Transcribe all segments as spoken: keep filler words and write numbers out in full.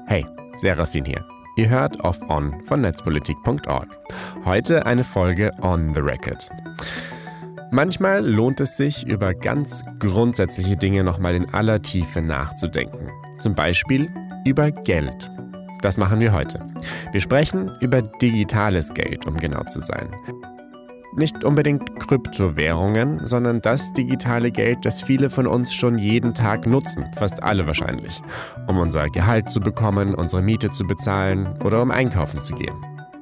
Hey, Serafin hier. Ihr hört Off On von netzpolitik punkt org. Heute eine Folge On the Record. Manchmal lohnt es sich, über ganz grundsätzliche Dinge nochmal in aller Tiefe nachzudenken. Zum Beispiel über Geld. Das machen wir heute. Wir sprechen über digitales Geld, um genau zu sein. Nicht unbedingt Kryptowährungen, sondern das digitale Geld, das viele von uns schon jeden Tag nutzen, fast alle wahrscheinlich, um unser Gehalt zu bekommen, unsere Miete zu bezahlen oder um einkaufen zu gehen.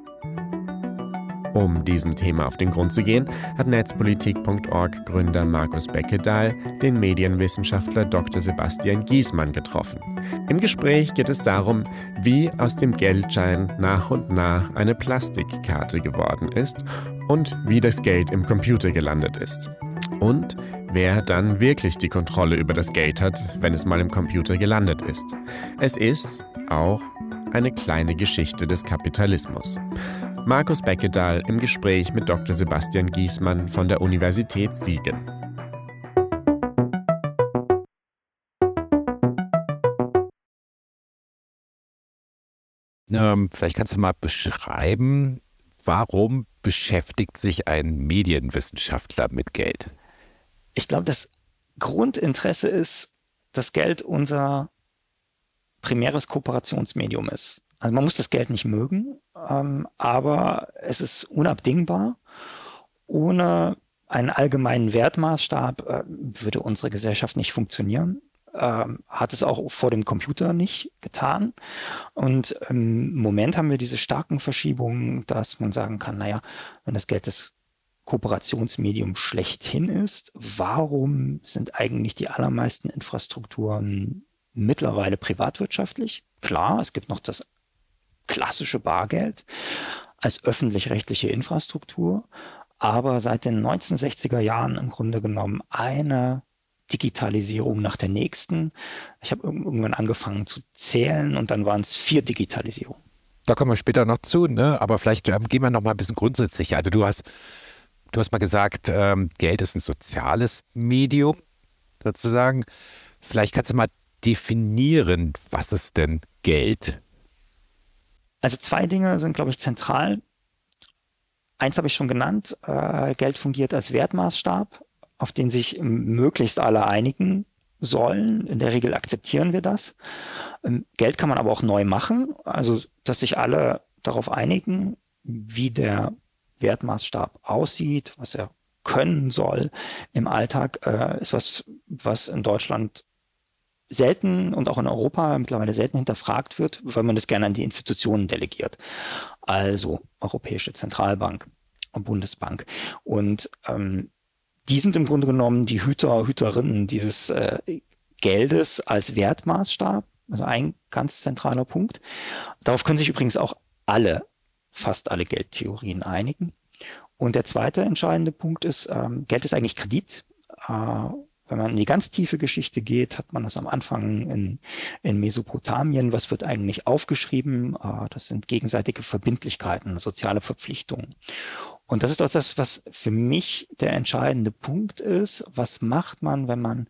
Um diesem Thema auf den Grund zu gehen, hat netzpolitik punkt org Gründer Markus Beckedahl den Medienwissenschaftler Doktor Sebastian Giesmann getroffen. Im Gespräch geht es darum, wie aus dem Geldschein nach und nach eine Plastikkarte geworden ist und wie das Geld im Computer gelandet ist. Und wer dann wirklich die Kontrolle über das Geld hat, wenn es mal im Computer gelandet ist. Es ist auch eine kleine Geschichte des Kapitalismus. Markus Beckedahl im Gespräch mit Doktor Sebastian Giesmann von der Universität Siegen. Ähm, vielleicht kannst du mal beschreiben, warum beschäftigt sich ein Medienwissenschaftler mit Geld? Ich glaube, das Grundinteresse ist, dass Geld unser primäres Kooperationsmedium ist. Also man muss das Geld nicht mögen, ähm, aber es ist unabdingbar. Ohne einen allgemeinen Wertmaßstab äh, würde unsere Gesellschaft nicht funktionieren. Ähm, hat es auch vor dem Computer nicht getan. Und im Moment haben wir diese starken Verschiebungen, dass man sagen kann, naja, wenn das Geld das Kooperationsmedium schlechthin ist, warum sind eigentlich die allermeisten Infrastrukturen mittlerweile privatwirtschaftlich? Klar, es gibt noch das klassische Bargeld als öffentlich-rechtliche Infrastruktur, aber seit den neunzehnhundertsechziger Jahren im Grunde genommen eine Digitalisierung nach der nächsten. Ich habe irgendwann angefangen zu zählen und dann waren es vier Digitalisierungen. Da kommen wir später noch zu, ne? Aber vielleicht ähm, gehen wir noch mal ein bisschen grundsätzlicher. Also du hast, du hast mal gesagt, ähm, Geld ist ein soziales Medium sozusagen. Vielleicht kannst du mal definieren, was ist denn Geld? Also zwei Dinge sind, glaube ich, zentral. Eins habe ich schon genannt. Äh, Geld fungiert als Wertmaßstab, auf den sich möglichst alle einigen sollen. In der Regel akzeptieren wir das. Ähm, Geld kann man aber auch neu machen, also dass sich alle darauf einigen, wie der Wertmaßstab aussieht, was er können soll im Alltag, äh, ist was, was in Deutschland selten und auch in Europa mittlerweile selten hinterfragt wird, weil man das gerne an die Institutionen delegiert. Also Europäische Zentralbank und Bundesbank. Und ähm, die sind im Grunde genommen die Hüter, Hüterinnen dieses äh, Geldes als Wertmaßstab. Also ein ganz zentraler Punkt. Darauf können sich übrigens auch alle, fast alle Geldtheorien einigen. Und der zweite entscheidende Punkt ist, ähm, Geld ist eigentlich Kredit. Äh, Wenn man in die ganz tiefe Geschichte geht, hat man das am Anfang in, in Mesopotamien. Was wird eigentlich aufgeschrieben? Das sind gegenseitige Verbindlichkeiten, soziale Verpflichtungen. Und das ist auch das, was für mich der entscheidende Punkt ist. Was macht man, wenn man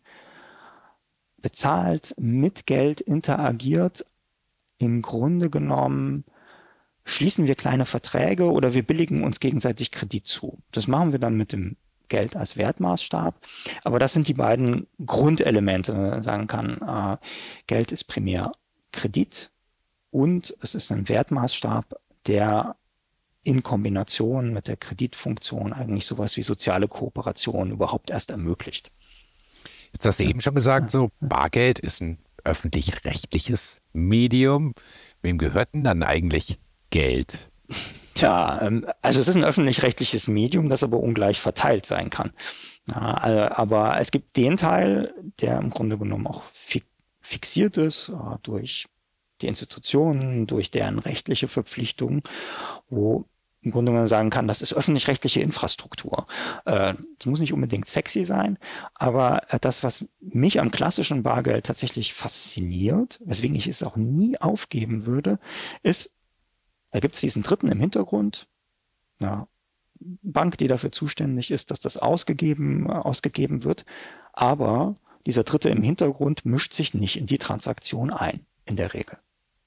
bezahlt, mit Geld interagiert? Im Grunde genommen schließen wir kleine Verträge oder wir billigen uns gegenseitig Kredit zu. Das machen wir dann mit dem Geld als Wertmaßstab. Aber das sind die beiden Grundelemente, wenn man sagen kann, äh, Geld ist primär Kredit und es ist ein Wertmaßstab, der in Kombination mit der Kreditfunktion eigentlich sowas wie soziale Kooperation überhaupt erst ermöglicht. Jetzt hast du ja. eben schon gesagt, so Bargeld ist ein öffentlich-rechtliches Medium. Wem gehört denn dann eigentlich Geld? Tja, also es ist ein öffentlich-rechtliches Medium, das aber ungleich verteilt sein kann. Ja, aber es gibt den Teil, der im Grunde genommen auch fixiert ist durch die Institutionen, durch deren rechtliche Verpflichtungen, wo im Grunde genommen sagen kann, das ist öffentlich-rechtliche Infrastruktur. Das muss nicht unbedingt sexy sein, aber das, was mich am klassischen Bargeld tatsächlich fasziniert, weswegen ich es auch nie aufgeben würde, ist, da gibt es diesen Dritten im Hintergrund, eine Bank, die dafür zuständig ist, dass das ausgegeben, ausgegeben wird. Aber dieser Dritte im Hintergrund mischt sich nicht in die Transaktion ein, in der Regel.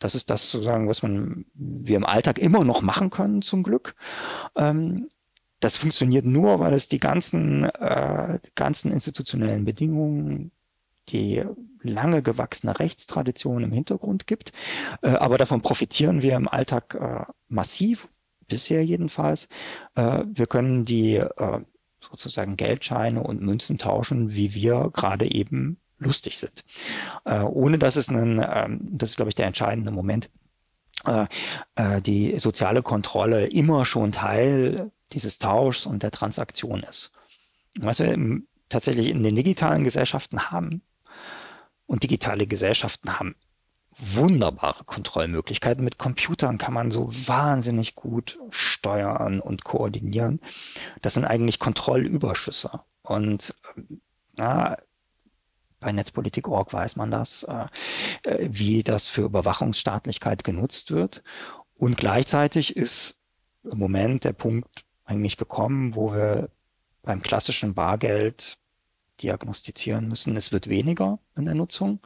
Das ist das sozusagen, was man, wir im Alltag immer noch machen können, zum Glück. Ähm, das funktioniert nur, weil es die ganzen, äh, ganzen institutionellen Bedingungen, die lange gewachsene Rechtstradition im Hintergrund gibt. Äh, aber davon profitieren wir im Alltag äh, massiv, bisher jedenfalls. Äh, wir können die äh, sozusagen Geldscheine und Münzen tauschen, wie wir gerade eben lustig sind. Äh, ohne dass es einen, ähm, das ist, glaube ich, der entscheidende Moment, äh, äh, die soziale Kontrolle immer schon Teil dieses Tauschs und der Transaktion ist. Was wir im, tatsächlich in den digitalen Gesellschaften haben, und digitale Gesellschaften haben wunderbare Kontrollmöglichkeiten. Mit Computern kann man so wahnsinnig gut steuern und koordinieren. Das sind eigentlich Kontrollüberschüsse. Und ja, bei Netzpolitik Punkt org weiß man das, äh, wie das für Überwachungsstaatlichkeit genutzt wird. Und gleichzeitig ist im Moment der Punkt eigentlich gekommen, wo wir beim klassischen Bargeld diagnostizieren müssen, es wird weniger in der Nutzung.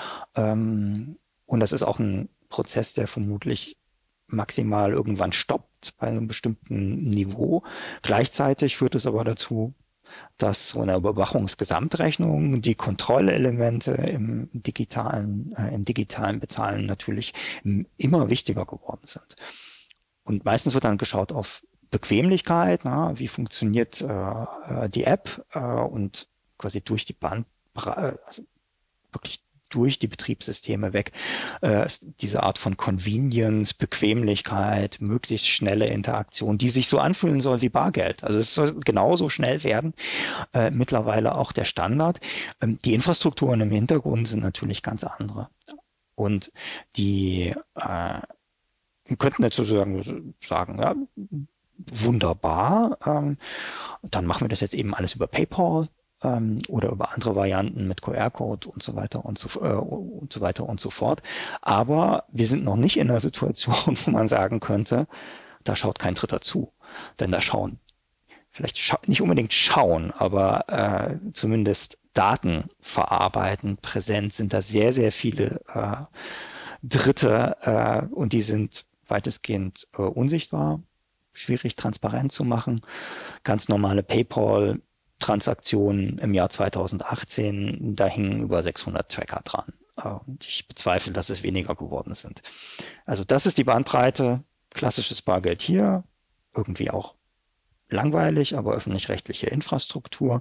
Ähm, und das ist auch ein Prozess, der vermutlich maximal irgendwann stoppt bei einem bestimmten Niveau. Gleichzeitig führt es aber dazu, dass so eine Überwachungsgesamtrechnung die Kontrollelemente im digitalen, äh, im digitalen Bezahlen natürlich immer wichtiger geworden sind. Und meistens wird dann geschaut auf Bequemlichkeit, na, wie funktioniert äh, die App äh, und quasi durch die Band, also wirklich durch die Betriebssysteme weg, äh, diese Art von Convenience, Bequemlichkeit, möglichst schnelle Interaktion, die sich so anfühlen soll wie Bargeld. Also es soll genauso schnell werden, äh, mittlerweile auch der Standard. Ähm, die Infrastrukturen im Hintergrund sind natürlich ganz andere. Und die, äh, wir könnten jetzt sozusagen sagen, ja, wunderbar, ähm, dann machen wir das jetzt eben alles über PayPal. Ähm, oder über andere Varianten mit Q R-Code und so weiter und so, äh, und so weiter und so fort. Aber wir sind noch nicht in einer Situation, wo man sagen könnte, da schaut kein Dritter zu. Denn da schauen, vielleicht scha nicht unbedingt schauen, aber äh, zumindest Daten verarbeiten, präsent sind da sehr, sehr viele äh, Dritte äh, und die sind weitestgehend äh, unsichtbar, schwierig transparent zu machen. Ganz normale PayPal Transaktionen im Jahr zweitausendachtzehn, da hingen über sechshundert Tracker dran. Und ich bezweifle, dass es weniger geworden sind. Also das ist die Bandbreite, klassisches Bargeld hier, irgendwie auch langweilig, aber öffentlich-rechtliche Infrastruktur.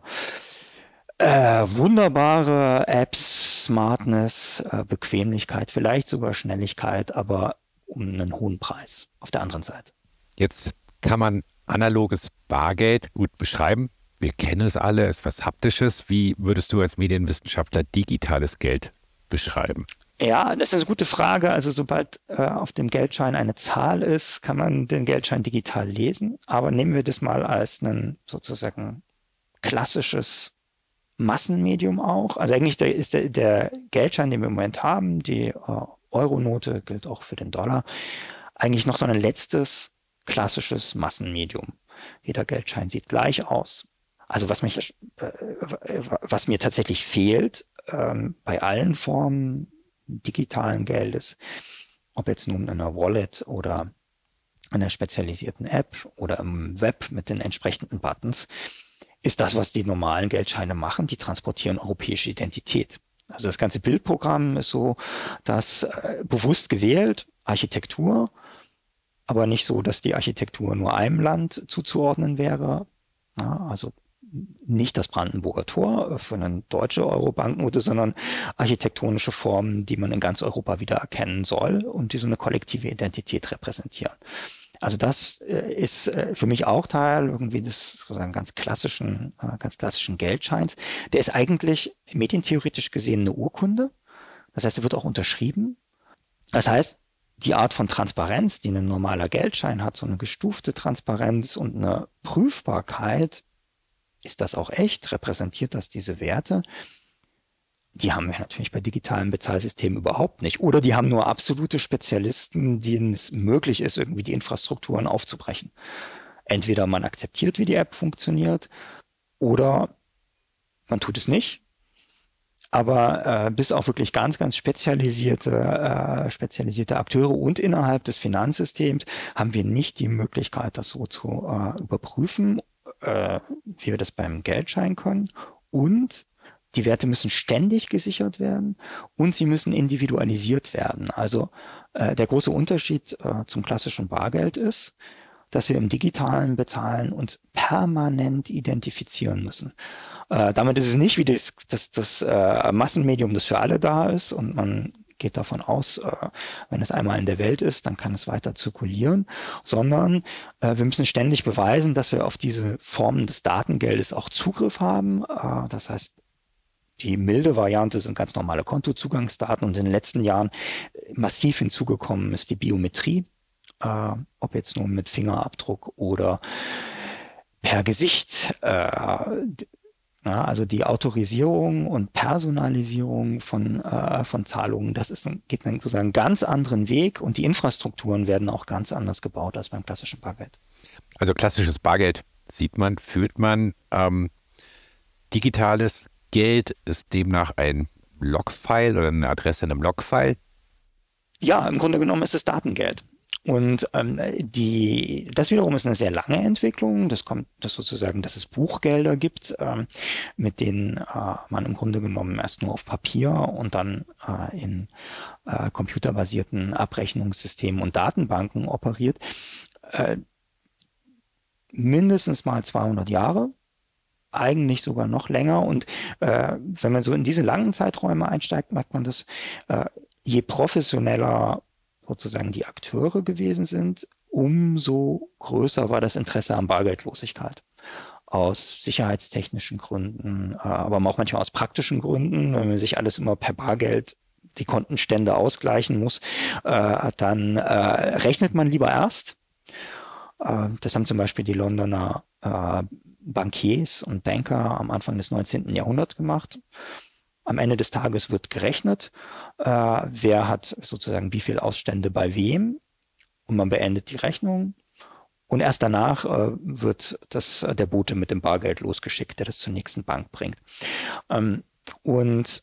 Äh, wunderbare Apps, Smartness, äh, Bequemlichkeit, vielleicht sogar Schnelligkeit, aber um einen hohen Preis auf der anderen Seite. Jetzt kann man analoges Bargeld gut beschreiben. Wir kennen es alle, es ist was Haptisches. Wie würdest du als Medienwissenschaftler digitales Geld beschreiben? Ja, das ist eine gute Frage. Also sobald äh, auf dem Geldschein eine Zahl ist, kann man den Geldschein digital lesen. Aber nehmen wir das mal als ein sozusagen klassisches Massenmedium auch. Also eigentlich der, ist der, der Geldschein, den wir im Moment haben, die äh, Euronote gilt auch für den Dollar, eigentlich noch so ein letztes klassisches Massenmedium. Jeder Geldschein sieht gleich aus. Also was mich, äh, was mir tatsächlich fehlt ähm, bei allen Formen digitalen Geldes, ob jetzt nun in einer Wallet oder einer spezialisierten App oder im Web mit den entsprechenden Buttons, ist das, was die normalen Geldscheine machen. Die transportieren europäische Identität. Also das ganze Bildprogramm ist so, dass äh, bewusst gewählt, Architektur, aber nicht so, dass die Architektur nur einem Land zuzuordnen wäre. Ja, also nicht das Brandenburger Tor für eine deutsche Euro-Banknote, sondern architektonische Formen, die man in ganz Europa wieder erkennen soll und die so eine kollektive Identität repräsentieren. Also das äh, ist äh, für mich auch Teil irgendwie des sozusagen ganz klassischen, äh, ganz klassischen Geldscheins. Der ist eigentlich medientheoretisch gesehen eine Urkunde. Das heißt, er wird auch unterschrieben. Das heißt, die Art von Transparenz, die ein normaler Geldschein hat, so eine gestufte Transparenz und eine Prüfbarkeit, ist das auch echt? Repräsentiert das diese Werte? Die haben wir natürlich bei digitalen Bezahlsystemen überhaupt nicht. Oder die haben nur absolute Spezialisten, denen es möglich ist, irgendwie die Infrastrukturen aufzubrechen. Entweder man akzeptiert, wie die App funktioniert, oder man tut es nicht. Aber äh, bis auf wirklich ganz, ganz spezialisierte, äh, spezialisierte Akteure und innerhalb des Finanzsystems haben wir nicht die Möglichkeit, das so zu äh, überprüfen, äh, wie wir das beim Geldschein können. Und die Werte müssen ständig gesichert werden und sie müssen individualisiert werden. Also äh, der große Unterschied äh, zum klassischen Bargeld ist, dass wir im digitalen Bezahlen uns permanent identifizieren müssen. Äh, damit ist es nicht wie das, das, das äh, Massenmedium, das für alle da ist und man geht davon aus, äh, wenn es einmal in der Welt ist, dann kann es weiter zirkulieren, sondern äh, wir müssen ständig beweisen, dass wir auf diese Formen des Datengeldes auch Zugriff haben. Äh, das heißt, die milde Variante sind ganz normale Kontozugangsdaten und in den letzten Jahren massiv hinzugekommen ist die Biometrie, äh, ob jetzt nur mit Fingerabdruck oder per Gesicht. Äh, ja, also die Autorisierung und Personalisierung von, äh, von Zahlungen, das ist, geht einen sozusagen ganz anderen Weg und die Infrastrukturen werden auch ganz anders gebaut als beim klassischen Bargeld. Also klassisches Bargeld sieht man, fühlt man. Ähm, digitales Geld ist demnach ein Logfile oder eine Adresse in einem Logfile? Ja, im Grunde genommen ist es Datengeld. Und ähm, die, das wiederum ist eine sehr lange Entwicklung. Das kommt, das sozusagen, dass es Buchgelder gibt, ähm, mit denen äh, man im Grunde genommen erst nur auf Papier und dann äh, in äh, computerbasierten Abrechnungssystemen und Datenbanken operiert. Äh, mindestens mal zweihundert Jahre. Eigentlich sogar noch länger. Und äh, wenn man so in diese langen Zeiträume einsteigt, merkt man, dass äh, je professioneller sozusagen die Akteure gewesen sind, umso größer war das Interesse an Bargeldlosigkeit. Aus sicherheitstechnischen Gründen, äh, aber auch manchmal aus praktischen Gründen. Wenn man sich alles immer per Bargeld die Kontenstände ausgleichen muss, äh, dann äh, rechnet man lieber erst. Äh, das haben zum Beispiel die Londoner äh, Bankiers und Banker am Anfang des neunzehnten Jahrhunderts gemacht. Am Ende des Tages wird gerechnet, äh, wer hat sozusagen wie viel Ausstände bei wem und man beendet die Rechnung und erst danach äh, wird das, äh, der Bote mit dem Bargeld losgeschickt, der das zur nächsten Bank bringt. Ähm, und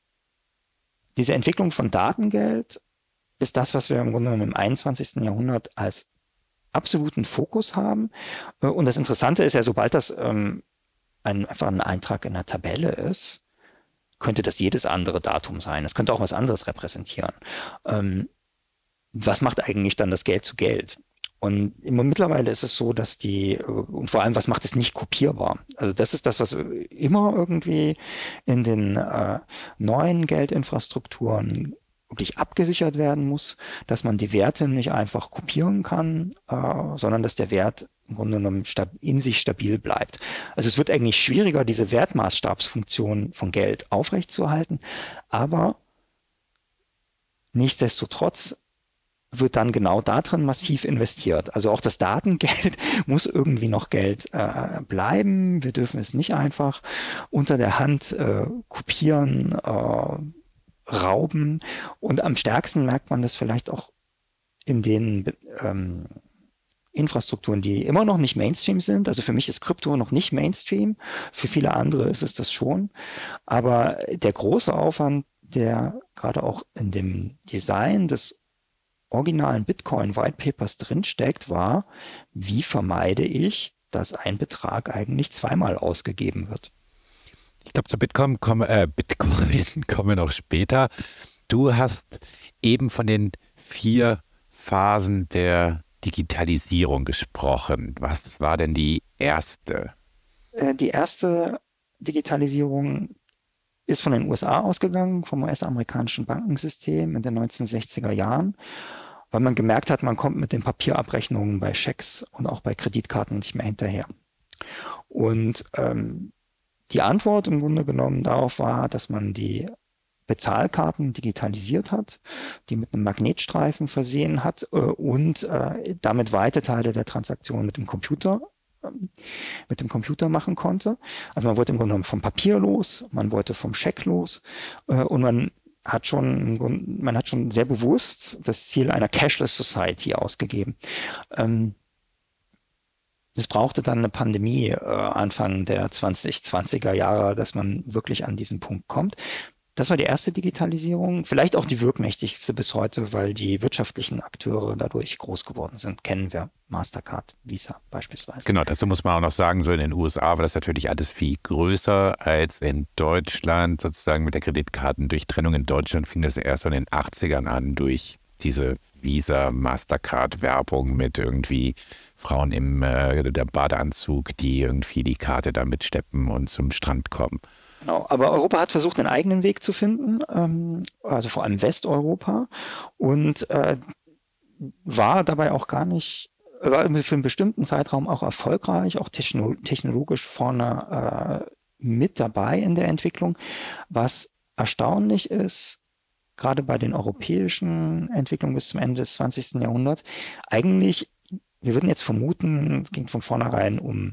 diese Entwicklung von Datengeld ist das, was wir im Grunde genommen im einundzwanzigsten Jahrhundert als absoluten Fokus haben. Und das Interessante ist ja, sobald das ähm, ein, einfach ein Eintrag in einer Tabelle ist, könnte das jedes andere Datum sein. Es könnte auch was anderes repräsentieren. Ähm, was macht eigentlich dann das Geld zu Geld? Und immer mittlerweile ist es so, dass die, und vor allem, was macht es nicht kopierbar? Also das ist das, was immer irgendwie in den äh, neuen Geldinfrastrukturen wirklich abgesichert werden muss, dass man die Werte nicht einfach kopieren kann, äh, sondern dass der Wert im Grunde genommen in sich stabil bleibt. Also es wird eigentlich schwieriger, diese Wertmaßstabsfunktion von Geld aufrechtzuerhalten, aber nichtsdestotrotz wird dann genau darin massiv investiert. Also auch das Datengeld muss irgendwie noch Geld äh, bleiben. Wir dürfen es nicht einfach unter der Hand äh, kopieren, äh, rauben. Und am stärksten merkt man das vielleicht auch in den ähm, Infrastrukturen, die immer noch nicht Mainstream sind. Also für mich ist Krypto noch nicht Mainstream. Für viele andere ist es das schon. Aber der große Aufwand, der gerade auch in dem Design des originalen Bitcoin White Papers drinsteckt, war, wie vermeide ich, dass ein Betrag eigentlich zweimal ausgegeben wird. Ich glaube, zu Bitcoin kommen, äh, Bitcoin kommen wir noch später. Du hast eben von den vier Phasen der Digitalisierung gesprochen. Was war denn die erste? Die erste Digitalisierung ist von den U S A ausgegangen, vom U S-amerikanischen Bankensystem in den neunzehnhundertsechziger Jahren, weil man gemerkt hat, man kommt mit den Papierabrechnungen bei Schecks und auch bei Kreditkarten nicht mehr hinterher. Und ähm, die Antwort im Grunde genommen darauf war, dass man die Bezahlkarten digitalisiert hat, die mit einem Magnetstreifen versehen hat äh, und äh, damit weite Teile der Transaktion mit dem Computer mit dem Computer machen konnte. Also man wollte im Grunde genommen vom Papier los, man wollte vom Scheck los äh, und man hat schon, man hat schon sehr bewusst das Ziel einer Cashless Society ausgegeben. Ähm, es brauchte dann eine Pandemie äh, Anfang der zwanzig zwanziger Jahre, dass man wirklich an diesen Punkt kommt. Das war die erste Digitalisierung, vielleicht auch die wirkmächtigste bis heute, weil die wirtschaftlichen Akteure dadurch groß geworden sind. Kennen wir Mastercard, Visa beispielsweise. Genau, dazu muss man auch noch sagen, so in den U S A war das natürlich alles viel größer als in Deutschland, sozusagen mit der Kreditkartendurchtrennung. In Deutschland fing das erst in den achtzigern an durch diese Visa, Mastercard-Werbung mit irgendwie Frauen im äh, der Badeanzug, die irgendwie die Karte da mitsteppen und zum Strand kommen. Genau, aber Europa hat versucht, einen eigenen Weg zu finden, ähm, also vor allem Westeuropa, und äh, war dabei auch gar nicht, war für einen bestimmten Zeitraum auch erfolgreich, auch techno technologisch vorne äh, mit dabei in der Entwicklung. Was erstaunlich ist, gerade bei den europäischen Entwicklungen bis zum Ende des zwanzigsten Jahrhunderts, eigentlich, wir würden jetzt vermuten, es ging von vornherein um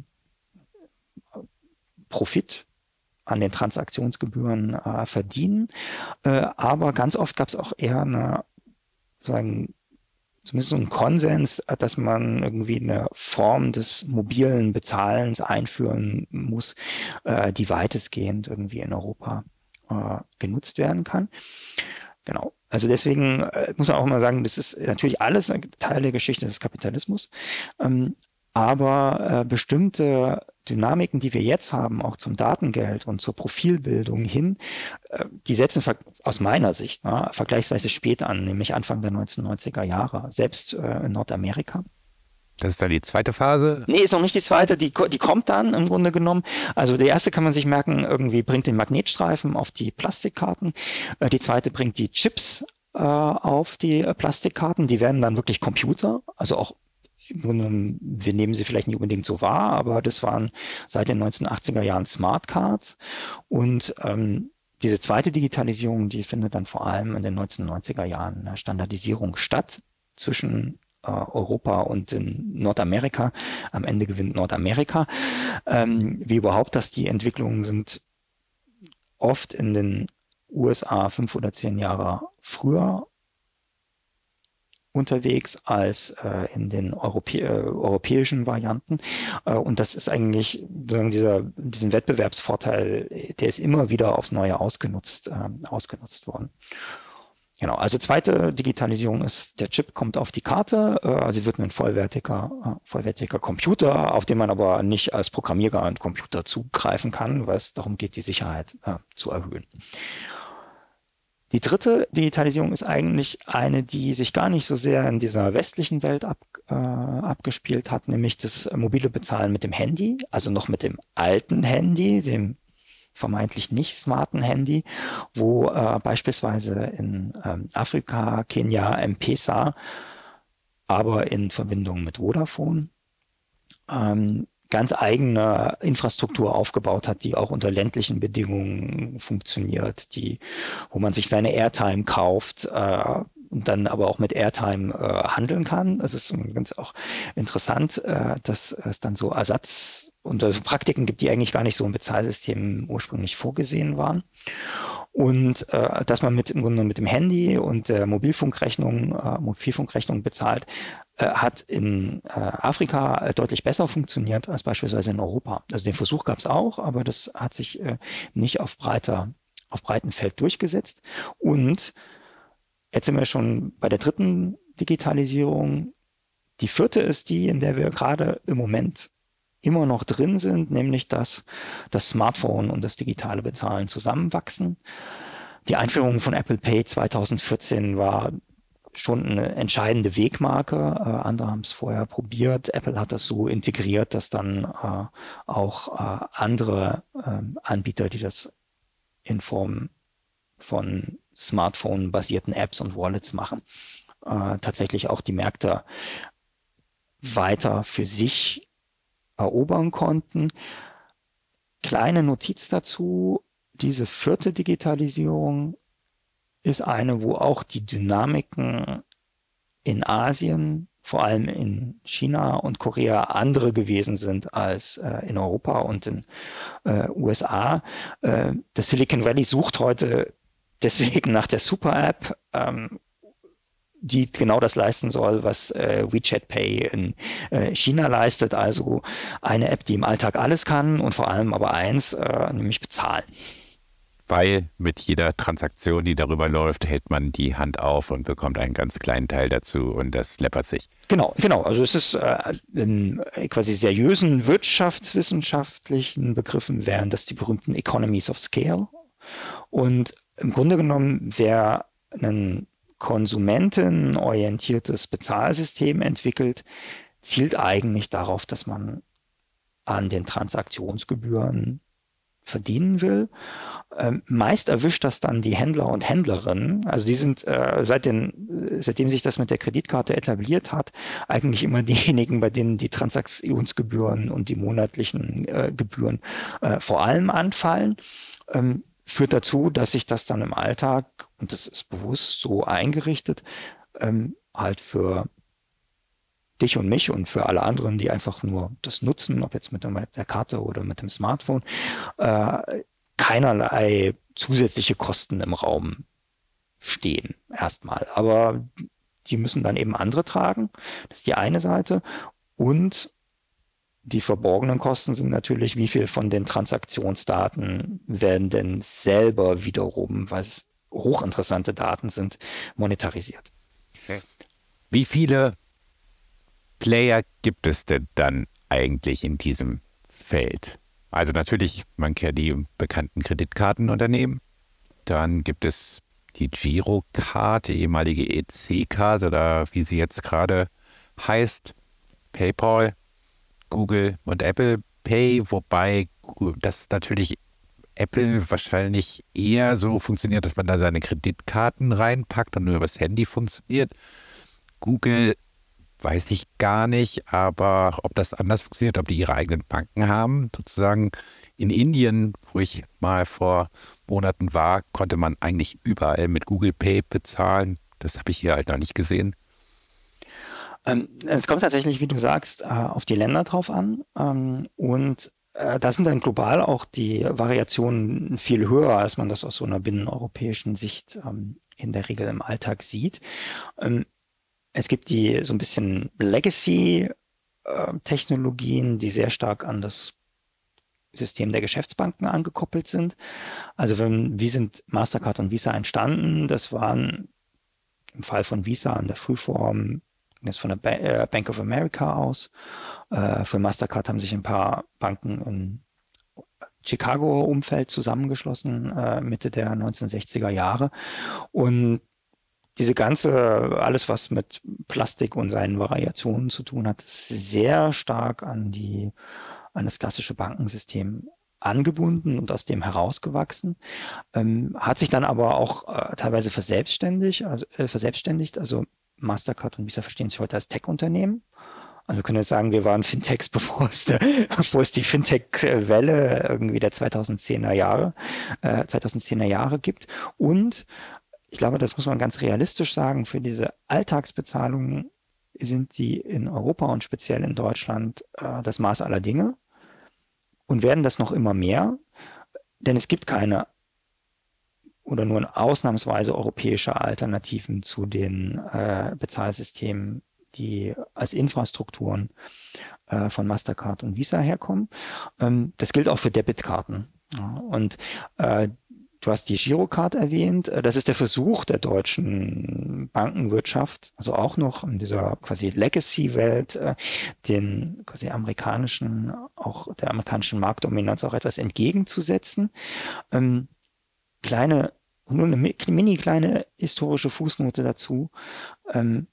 Profit an den Transaktionsgebühren äh, verdienen. Äh, aber ganz oft gab es auch eher eine, sagen, zumindest so einen Konsens, dass man irgendwie eine Form des mobilen Bezahlens einführen muss, äh, die weitestgehend irgendwie in Europa äh, genutzt werden kann. Genau. Also deswegen äh, muss man auch mal sagen, das ist natürlich alles ein Teil der Geschichte des Kapitalismus. Ähm, aber äh, bestimmte Dynamiken, die wir jetzt haben, auch zum Datengeld und zur Profilbildung hin, äh, die setzen aus meiner Sicht na, vergleichsweise spät an, nämlich Anfang der neunzehnhundertneunziger Jahre, selbst äh, in Nordamerika. Das ist dann die zweite Phase? Nee, ist noch nicht die zweite, die, die kommt dann im Grunde genommen. Also die erste kann man sich merken, irgendwie bringt den Magnetstreifen auf die Plastikkarten. Äh, die zweite bringt die Chips äh, auf die äh, Plastikkarten. Die werden dann wirklich Computer, also auch wir nehmen sie vielleicht nicht unbedingt so wahr, aber das waren seit den neunzehnhundertachtziger Jahren Smartcards. Und ähm, diese zweite Digitalisierung, die findet dann vor allem in den neunzehnhundertneunziger Jahren eine Standardisierung statt zwischen äh, Europa und in Nordamerika. Am Ende gewinnt Nordamerika. Ähm, wie überhaupt das die Entwicklungen sind, oft in den U S A fünf oder zehn Jahre früher unterwegs als äh, in den Europä äh, europäischen Varianten. Äh, und das ist eigentlich dieser, diesen Wettbewerbsvorteil, der ist immer wieder aufs Neue ausgenutzt, äh, ausgenutzt worden. Genau, also zweite Digitalisierung ist, der Chip kommt auf die Karte, äh, also wird ein vollwertiger, äh, vollwertiger Computer, auf den man aber nicht als Programmierer an Computer zugreifen kann, weil es darum geht, die Sicherheit äh, zu erhöhen. Die dritte Digitalisierung ist eigentlich eine, die sich gar nicht so sehr in dieser westlichen Welt ab, äh, abgespielt hat, nämlich das mobile Bezahlen mit dem Handy, also noch mit dem alten Handy, dem vermeintlich nicht smarten Handy, wo äh, beispielsweise in ähm, Afrika, Kenia, M-Pesa, aber in Verbindung mit Vodafone, ähm, ganz eigene Infrastruktur aufgebaut hat, die auch unter ländlichen Bedingungen funktioniert, die, wo man sich seine Airtime kauft äh, und dann aber auch mit Airtime äh, handeln kann. Es ist ganz auch interessant, äh, dass es dann so Ersatz und äh, Praktiken gibt, die eigentlich gar nicht so im Bezahlsystem ursprünglich vorgesehen waren. Und äh, dass man mit im Grunde mit dem Handy und der Mobilfunkrechnung, äh, Mobilfunkrechnung bezahlt, äh, hat in äh, Afrika äh, deutlich besser funktioniert als beispielsweise in Europa. Also den Versuch gab es auch, aber das hat sich äh, nicht auf breiter, auf breitem Feld durchgesetzt. Und jetzt sind wir schon bei der dritten Digitalisierung. Die vierte ist die, in der wir gerade im Moment immer noch drin sind, nämlich dass das Smartphone und das digitale Bezahlen zusammenwachsen. Die Einführung von Apple Pay zweitausendvierzehn war schon eine entscheidende Wegmarke. Äh, andere haben es vorher probiert. Apple hat das so integriert, dass dann äh, auch äh, andere äh, Anbieter, die das in Form von Smartphone-basierten Apps und Wallets machen, äh, tatsächlich auch die Märkte weiter für sich erobern konnten. Kleine Notiz dazu, diese vierte Digitalisierung ist eine, wo auch die Dynamiken in Asien, vor allem in China und Korea, andere gewesen sind als äh, in Europa und in äh, U S A. Äh, das Silicon Valley sucht heute deswegen nach der Super-App, ähm, die genau das leisten soll, was äh, WeChat Pay in äh, China leistet, also eine App, die im Alltag alles kann und vor allem aber eins, äh, nämlich bezahlen. Weil mit jeder Transaktion, die darüber läuft, hält man die Hand auf und bekommt einen ganz kleinen Teil dazu und das läppert sich. Genau, genau. Also es ist äh, in quasi seriösen wirtschaftswissenschaftlichen Begriffen wären das die berühmten Economies of Scale. Und im Grunde genommen, wer ein konsumentenorientiertes Bezahlsystem entwickelt, zielt eigentlich darauf, dass man an den Transaktionsgebühren verdienen will. Ähm, meist erwischt das dann die Händler und Händlerinnen. Also die sind äh, seit den, seitdem sich das mit der Kreditkarte etabliert hat, eigentlich immer diejenigen, bei denen die Transaktionsgebühren und die monatlichen äh, Gebühren äh, vor allem anfallen. Ähm, führt dazu, dass sich das dann im Alltag, und das ist bewusst so eingerichtet, ähm, halt für dich und mich und für alle anderen, die einfach nur das nutzen, ob jetzt mit der, der Karte oder mit dem Smartphone, äh, keinerlei zusätzliche Kosten im Raum stehen, erstmal. Aber die müssen dann eben andere tragen. Das ist die eine Seite. Und die verborgenen Kosten sind natürlich, wie viel von den Transaktionsdaten werden denn selber wiederum, weil es hochinteressante Daten sind, monetarisiert. Okay. Wie viele Player gibt es denn dann eigentlich in diesem Feld? Also natürlich, man kennt die bekannten Kreditkartenunternehmen. Dann gibt es die Girocard, die ehemalige E C-Card oder wie sie jetzt gerade heißt, PayPal, Google und Apple Pay, wobei das natürlich Apple wahrscheinlich eher so funktioniert, dass man da seine Kreditkarten reinpackt und nur übers Handy funktioniert. Google weiß ich gar nicht, aber ob das anders funktioniert, ob die ihre eigenen Banken haben. Sozusagen in Indien, wo ich mal vor Monaten war, konnte man eigentlich überall mit Google Pay bezahlen. Das habe ich hier halt noch nicht gesehen. Ähm, es kommt tatsächlich, wie du sagst, äh, auf die Länder drauf an. Ähm, und äh, da sind dann global auch die Variationen viel höher, als man das aus so einer binneneuropäischen Sicht ähm, in der Regel im Alltag sieht. Ähm, Es gibt die so ein bisschen Legacy-Technologien, die sehr stark an das System der Geschäftsbanken angekoppelt sind. Also wenn, wie sind Mastercard und Visa entstanden? Das waren im Fall von Visa in der Frühform jetzt von der ba äh, Bank of America aus. Äh, für Mastercard haben sich ein paar Banken im Chicago-Umfeld zusammengeschlossen, äh, Mitte der neunzehnhundertsechziger Jahre. Und diese ganze, alles was mit Plastik und seinen Variationen zu tun hat, ist sehr stark an die, an das klassische Bankensystem angebunden und aus dem herausgewachsen, ähm, hat sich dann aber auch äh, teilweise verselbstständigt, also äh, verselbstständigt, also Mastercard und Visa verstehen sich heute als Tech-Unternehmen. Also wir können jetzt sagen, wir waren Fintechs, bevor es, der, bevor es die Fintech-Welle irgendwie der zweitausendzehner Jahre, äh, zweitausendzehner Jahre gibt. Und ich glaube, das muss man ganz realistisch sagen, für diese Alltagsbezahlungen sind die in Europa und speziell in Deutschland äh, das Maß aller Dinge und werden das noch immer mehr, denn es gibt keine oder nur ausnahmsweise europäische Alternativen zu den äh, Bezahlsystemen, die als Infrastrukturen äh, von Mastercard und Visa herkommen. Ähm, das gilt auch für Debitkarten. Ja, und äh, du hast die Girocard erwähnt. Das ist der Versuch der deutschen Bankenwirtschaft, also auch noch in dieser quasi Legacy-Welt, den quasi amerikanischen, auch der amerikanischen Marktdominanz auch etwas entgegenzusetzen. Ähm, kleine, nur eine mini kleine historische Fußnote dazu. Ähm,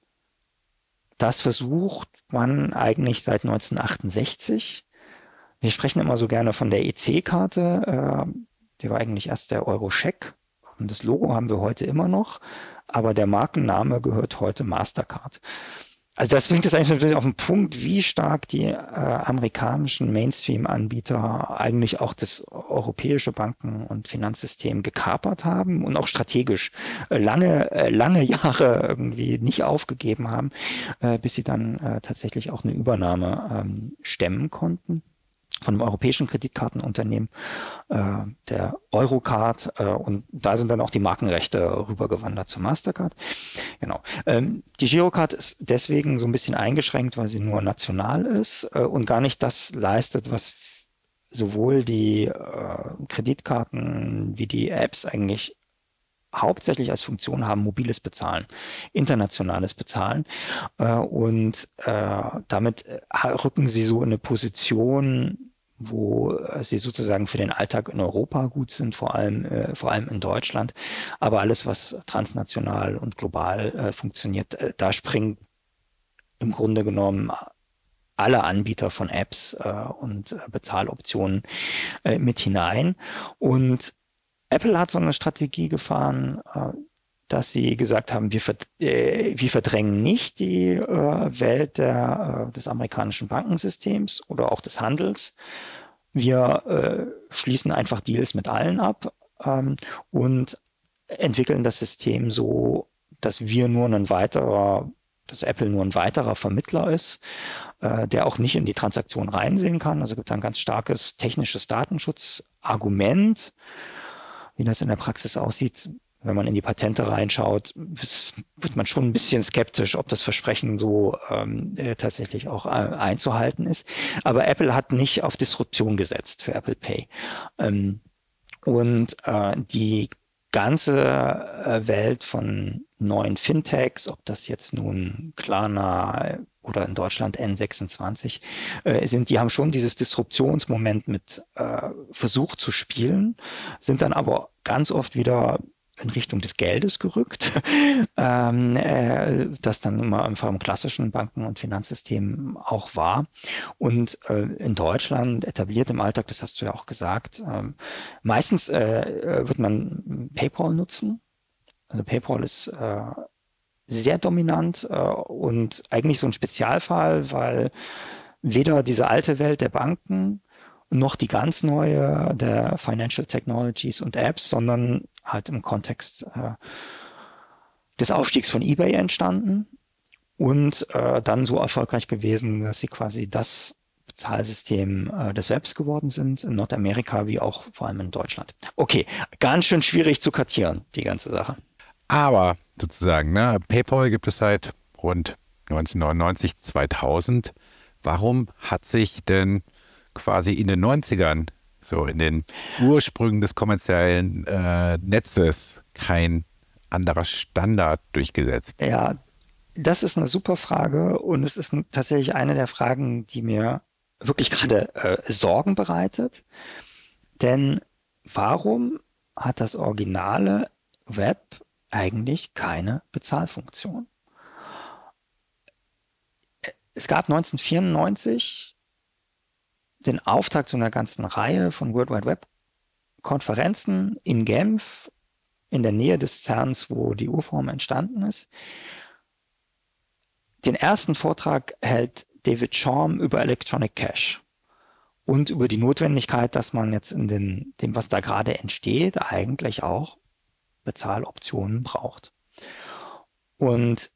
das versucht man eigentlich seit neunzehnhundertachtundsechzig. Wir sprechen immer so gerne von der E C-Karte. Äh, Die war eigentlich erst der Euro-Scheck. Und das Logo haben wir heute immer noch. Aber der Markenname gehört heute Mastercard. Also das bringt es eigentlich natürlich auf den Punkt, wie stark die äh, amerikanischen Mainstream-Anbieter eigentlich auch das europäische Banken- und Finanzsystem gekapert haben und auch strategisch äh, lange, äh, lange Jahre irgendwie nicht aufgegeben haben, äh, bis sie dann äh, tatsächlich auch eine Übernahme ähm, stemmen konnten. von einem europäischen Kreditkartenunternehmen, äh, der Eurocard, äh, und da sind dann auch die Markenrechte rübergewandert zu Mastercard. Genau. Ähm, die Girocard ist deswegen so ein bisschen eingeschränkt, weil sie nur national ist äh, und gar nicht das leistet, was sowohl die äh, Kreditkarten wie die Apps eigentlich hauptsächlich als Funktion haben: mobiles Bezahlen, internationales Bezahlen. Äh, und äh, damit äh, rücken sie so in eine Position, wo äh, sie sozusagen für den Alltag in Europa gut sind, vor allem, äh, vor allem in Deutschland. Aber alles, was transnational und global äh, funktioniert, äh, da springen im Grunde genommen alle Anbieter von Apps äh, und äh, Bezahloptionen äh, mit hinein. Und Apple hat so eine Strategie gefahren, äh, dass sie gesagt haben, wir, verd äh, wir verdrängen nicht die äh, Welt der, äh, des amerikanischen Bankensystems oder auch des Handels. Wir äh, schließen einfach Deals mit allen ab ähm, und entwickeln das System so, dass wir nur ein weiterer, dass Apple nur ein weiterer Vermittler ist, äh, der auch nicht in die Transaktion reinsehen kann. Also gibt es ein ganz starkes technisches Datenschutzargument. Wie das in der Praxis aussieht, wenn man in die Patente reinschaut, wird man schon ein bisschen skeptisch, ob das Versprechen so ähm, äh, tatsächlich auch äh, einzuhalten ist. Aber Apple hat nicht auf Disruption gesetzt für Apple Pay. Ähm, und äh, die ganze äh, Welt von neuen Fintechs, ob das jetzt nun Klarna oder in Deutschland N sechsundzwanzig äh, sind, die haben schon dieses Disruptionsmoment mit äh, versucht zu spielen, sind dann aber ganz oft wieder in Richtung des Geldes gerückt, ähm, äh, das dann immer einfach im klassischen Banken- und Finanzsystem auch war. Und äh, in Deutschland etabliert im Alltag, das hast du ja auch gesagt, ähm, meistens äh, wird man PayPal nutzen. Also PayPal ist äh, sehr dominant äh, und eigentlich so ein Spezialfall, weil weder diese alte Welt der Banken noch die ganz neue der Financial Technologies und Apps, sondern halt im Kontext äh, des Aufstiegs von eBay entstanden und äh, dann so erfolgreich gewesen, dass sie quasi das Bezahlsystem äh, des Webs geworden sind, in Nordamerika wie auch vor allem in Deutschland. Okay, ganz schön schwierig zu kartieren, die ganze Sache. Aber sozusagen, ne, PayPal gibt es seit rund neunzehnhundertneunundneunzig, zweitausend. Warum hat sich denn quasi in den neunzigern, so in den Ursprüngen des kommerziellen äh, Netzes, kein anderer Standard durchgesetzt? Ja, das ist eine super Frage und es ist tatsächlich eine der Fragen, die mir wirklich gerade äh, Sorgen bereitet. Denn warum hat das originale Web eigentlich keine Bezahlfunktion? Es gab neunzehnhundertvierundneunzig den Auftakt zu einer ganzen Reihe von World Wide Web Konferenzen in Genf, in der Nähe des CERNs, wo die Urform entstanden ist. Den ersten Vortrag hält David Chaum über Electronic Cash und über die Notwendigkeit, dass man jetzt in den, dem, was da gerade entsteht, eigentlich auch Bezahloptionen braucht. Und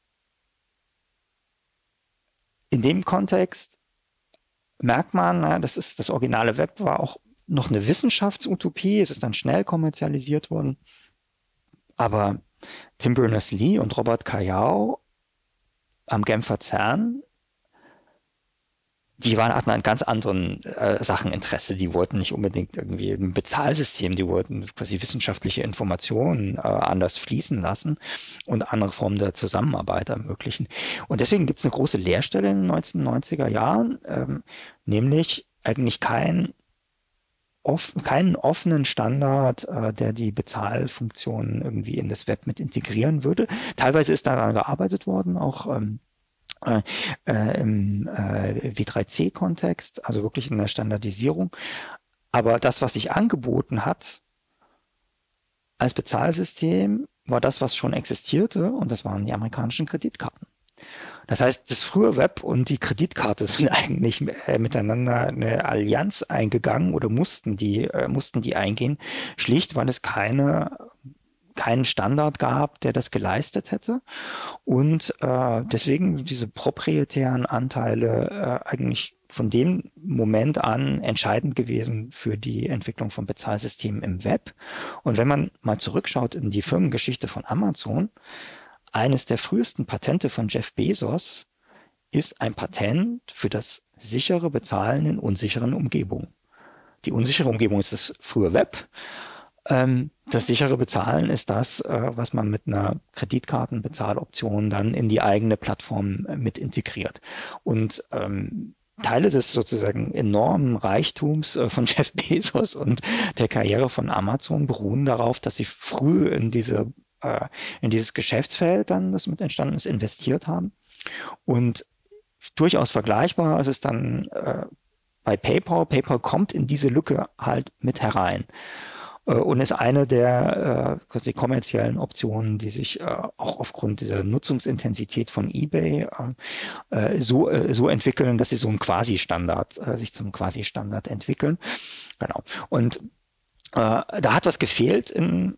in dem Kontext merkt man, na, das ist das originale Web war auch noch eine Wissenschaftsutopie. Es ist dann schnell kommerzialisiert worden. Aber Tim Berners-Lee und Robert Kajau am Genfer CERN, die waren, hatten an ganz anderen äh, Sachen Interesse. Die wollten nicht unbedingt irgendwie ein Bezahlsystem, die wollten quasi wissenschaftliche Informationen äh, anders fließen lassen und andere Formen der Zusammenarbeit ermöglichen. Und deswegen gibt es eine große Leerstelle in den neunzehnhundertneunziger Jahren, ähm, nämlich eigentlich kein off, keinen offenen Standard, äh, der die Bezahlfunktionen irgendwie in das Web mit integrieren würde. Teilweise ist daran gearbeitet worden, auch ähm, Äh, äh, im äh, W drei C-Kontext, also wirklich in der Standardisierung. Aber das, was sich angeboten hat als Bezahlsystem, war das, was schon existierte, und das waren die amerikanischen Kreditkarten. Das heißt, das frühe Web und die Kreditkarte sind eigentlich äh, miteinander eine Allianz eingegangen oder mussten die, äh, mussten die eingehen, schlicht, weil es keine keinen Standard gab, der das geleistet hätte. Und äh, deswegen diese proprietären Anteile äh, eigentlich von dem Moment an entscheidend gewesen für die Entwicklung von Bezahlsystemen im Web. Und wenn man mal zurückschaut in die Firmengeschichte von Amazon, eines der frühesten Patente von Jeff Bezos ist ein Patent für das sichere Bezahlen in unsicheren Umgebungen. Die unsichere Umgebung ist das frühe Web. Ähm, das sichere Bezahlen ist das, äh, was man mit einer Kreditkartenbezahloption dann in die eigene Plattform äh, mit integriert. Und ähm, Teile des sozusagen enormen Reichtums äh, von Jeff Bezos und der Karriere von Amazon beruhen darauf, dass sie früh in diese äh, in dieses Geschäftsfeld dann, das mit entstanden ist, investiert haben. Und durchaus vergleichbar ist es dann äh, bei PayPal. PayPal kommt in diese Lücke halt mit herein äh, und ist eine der äh, quasi kommerziellen Optionen, die sich äh, auch aufgrund dieser Nutzungsintensität von eBay äh, so, äh, so entwickeln, dass sie so einen Quasi-Standard, äh, sich zum Quasi-Standard entwickeln. Genau. Und äh, da hat was gefehlt im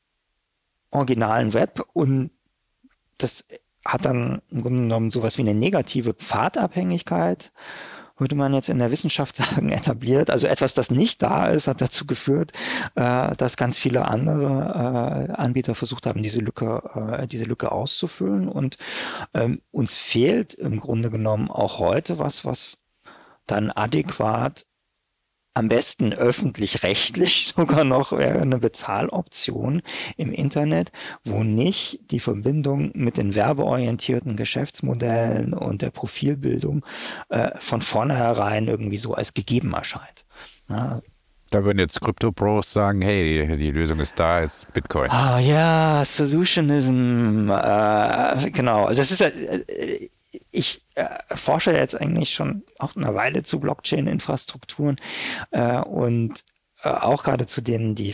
originalen Web und das hat dann im Grunde genommen sowas wie eine negative Pfadabhängigkeit, würde man jetzt in der Wissenschaft sagen, etabliert. Also etwas, das nicht da ist, hat dazu geführt, äh, dass ganz viele andere äh, Anbieter versucht haben, diese Lücke, äh, diese Lücke auszufüllen. Und ähm, uns fehlt im Grunde genommen auch heute was, was dann adäquat, am besten öffentlich-rechtlich sogar noch wäre eine Bezahloption im Internet, wo nicht die Verbindung mit den werbeorientierten Geschäftsmodellen und der Profilbildung äh, von vornherein irgendwie so als gegeben erscheint. Ja. Da würden jetzt Crypto-Pros sagen, hey, die, die Lösung ist da, ist Bitcoin. Ah ja, Solutionism, äh, genau. Also das ist äh, ich äh, forsche jetzt eigentlich schon auch eine Weile zu Blockchain-Infrastrukturen äh, und äh, auch gerade zu denen, die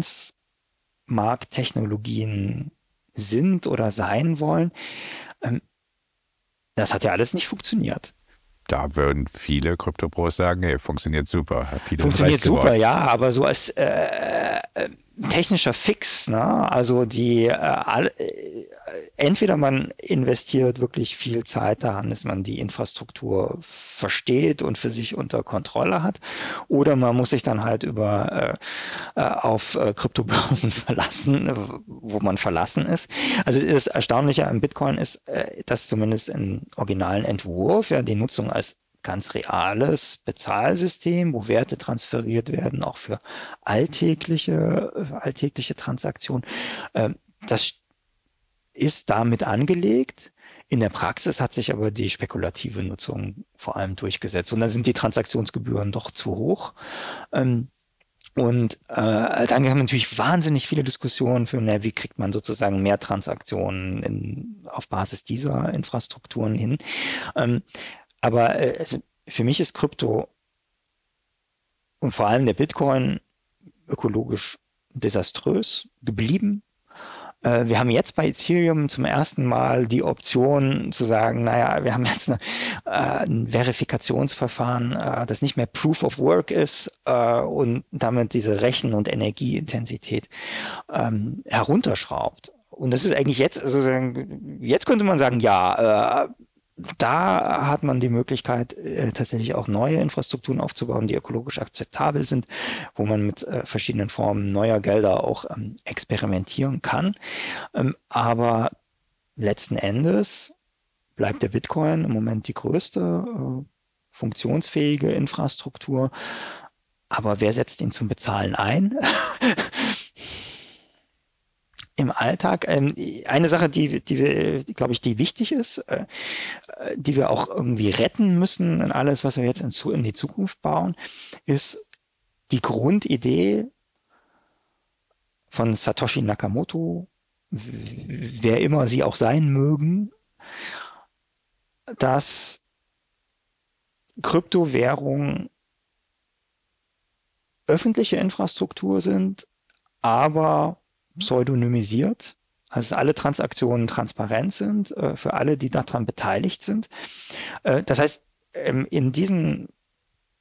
Finanzmarkttechnologien sind oder sein wollen. Ähm, das hat ja alles nicht funktioniert. Da würden viele Krypto-Pros sagen, hey, funktioniert super. Viele funktioniert super, ja, aber so als äh, technischer Fix, ne? Also die äh, all, äh, entweder man investiert wirklich viel Zeit daran, dass man die Infrastruktur versteht und für sich unter Kontrolle hat, oder man muss sich dann halt über äh, auf äh, Kryptobörsen verlassen, wo man verlassen ist. Also das Erstaunliche am Bitcoin ist, äh, dass zumindest im originalen Entwurf ja die Nutzung als ganz reales Bezahlsystem, wo Werte transferiert werden, auch für alltägliche, alltägliche Transaktionen. Das ist damit angelegt. In der Praxis hat sich aber die spekulative Nutzung vor allem durchgesetzt. Und dann sind die Transaktionsgebühren doch zu hoch. Und äh, dann kann man natürlich wahnsinnig viele Diskussionen führen, ja, wie kriegt man sozusagen mehr Transaktionen in, auf Basis dieser Infrastrukturen hin. Ähm, Aber äh, also für mich ist Krypto und vor allem der Bitcoin ökologisch desaströs geblieben. Äh, wir haben jetzt bei Ethereum zum ersten Mal die Option zu sagen, naja, wir haben jetzt eine, äh, ein Verifikationsverfahren, äh, das nicht mehr Proof of Work ist äh, und damit diese Rechen- und Energieintensität ähm, herunterschraubt. Und das ist eigentlich jetzt, also jetzt könnte man sagen, ja, äh, da hat man die Möglichkeit, äh, tatsächlich auch neue Infrastrukturen aufzubauen, die ökologisch akzeptabel sind, wo man mit äh, verschiedenen Formen neuer Gelder auch ähm, experimentieren kann. Ähm, aber letzten Endes bleibt der Bitcoin im Moment die größte äh, funktionsfähige Infrastruktur. Aber wer setzt ihn zum Bezahlen ein? Im Alltag. Eine Sache, die, die wir, glaube ich, die wichtig ist, die wir auch irgendwie retten müssen in alles, was wir jetzt in, in die Zukunft bauen, ist die Grundidee von Satoshi Nakamoto, wer immer sie auch sein mögen, dass Kryptowährungen öffentliche Infrastruktur sind, aber pseudonymisiert, also alle Transaktionen transparent sind, äh, für alle, die daran beteiligt sind. Äh, das heißt, ähm, in diesen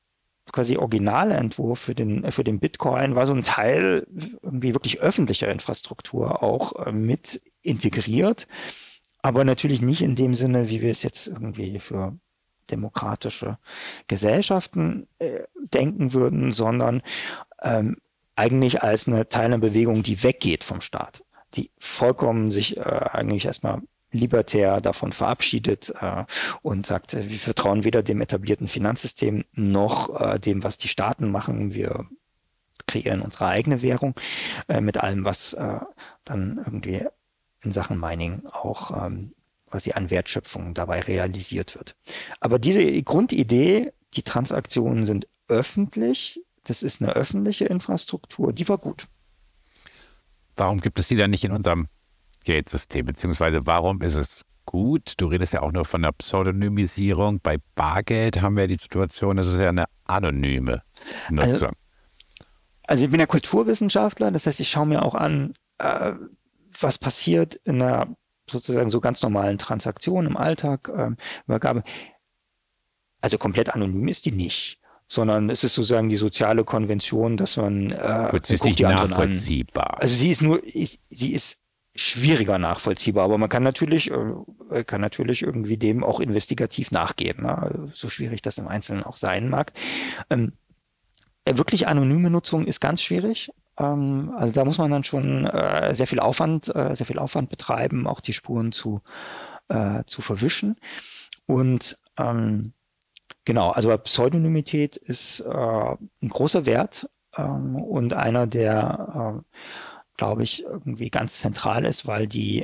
quasi originale Entwurf für den, für den Bitcoin war so ein Teil irgendwie wirklich öffentlicher Infrastruktur auch äh, mit integriert, aber natürlich nicht in dem Sinne, wie wir es jetzt irgendwie für demokratische Gesellschaften äh, denken würden, sondern ähm, eigentlich als eine Teil einer Bewegung, die weggeht vom Staat, die vollkommen sich äh, eigentlich erstmal libertär davon verabschiedet äh, und sagt, äh, wir vertrauen weder dem etablierten Finanzsystem noch äh, dem, was die Staaten machen. Wir kreieren unsere eigene Währung äh, mit allem, was äh, dann irgendwie in Sachen Mining auch ähm, quasi an Wertschöpfung dabei realisiert wird. Aber diese Grundidee, die Transaktionen sind öffentlich, das ist eine öffentliche Infrastruktur, die war gut. Warum gibt es die dann nicht in unserem Geldsystem? Beziehungsweise warum ist es gut? Du redest ja auch nur von der Pseudonymisierung. Bei Bargeld haben wir die Situation, das ist ja eine anonyme Nutzung. Also, also ich bin ja Kulturwissenschaftler, das heißt, ich schaue mir auch an, äh, was passiert in einer sozusagen so ganz normalen Transaktion im Alltag, ähm, Übergabe. Also komplett anonym ist die nicht, sondern es ist sozusagen die soziale Konvention, dass man äh, Gut, sie ist guckt nicht die anderen nachvollziehbar. an. Also sie ist nur, ist, sie ist schwieriger nachvollziehbar, aber man kann natürlich, äh, kann natürlich irgendwie dem auch investigativ nachgehen, ne? So schwierig das im Einzelnen auch sein mag. Ähm, wirklich anonyme Nutzung ist ganz schwierig. Also da muss man dann schon äh, sehr viel Aufwand, äh, sehr viel Aufwand betreiben, auch die Spuren zu, äh, zu verwischen. Und ähm, genau, also Pseudonymität ist äh, ein großer Wert ähm, und einer, der, äh, glaube ich, irgendwie ganz zentral ist, weil die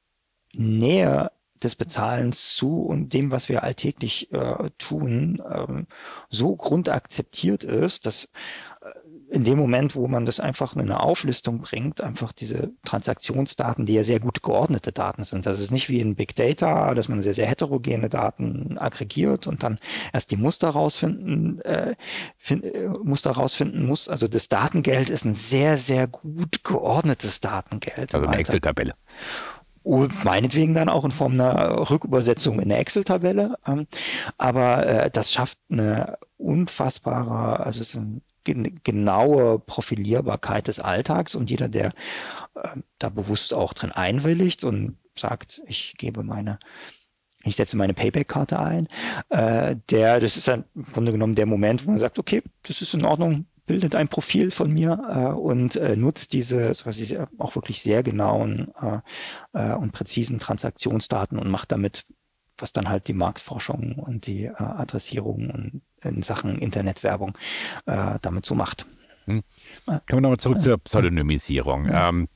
Nähe des Bezahlens zu und dem, was wir alltäglich äh, tun, ähm, so grundakzeptiert ist, dass in dem Moment, wo man das einfach in eine Auflistung bringt, einfach diese Transaktionsdaten, die ja sehr gut geordnete Daten sind. Das ist nicht wie in Big Data, dass man sehr, sehr heterogene Daten aggregiert und dann erst die Muster rausfinden, äh, find, äh, Muster rausfinden muss. Also das Datengeld ist ein sehr, sehr gut geordnetes Datengeld. Also eine Excel-Tabelle. Und meinetwegen dann auch in Form einer Rückübersetzung in eine Excel-Tabelle. Ähm, aber äh, das schafft eine unfassbare, also es ist ein genaue Profilierbarkeit des Alltags und jeder, der äh, da bewusst auch drin einwilligt und sagt, ich gebe meine, ich setze meine Payback-Karte ein, äh, der, das ist dann im Grunde genommen der Moment, wo man sagt, okay, das ist in Ordnung, bildet ein Profil von mir äh, und äh, nutzt diese quasi auch wirklich sehr genauen äh, äh, und präzisen Transaktionsdaten und macht damit, was dann halt die Marktforschung und die äh, Adressierung und in Sachen Internetwerbung äh, damit so macht. Hm. Kommen wir nochmal zurück zur Pseudonymisierung. Ja. Ähm,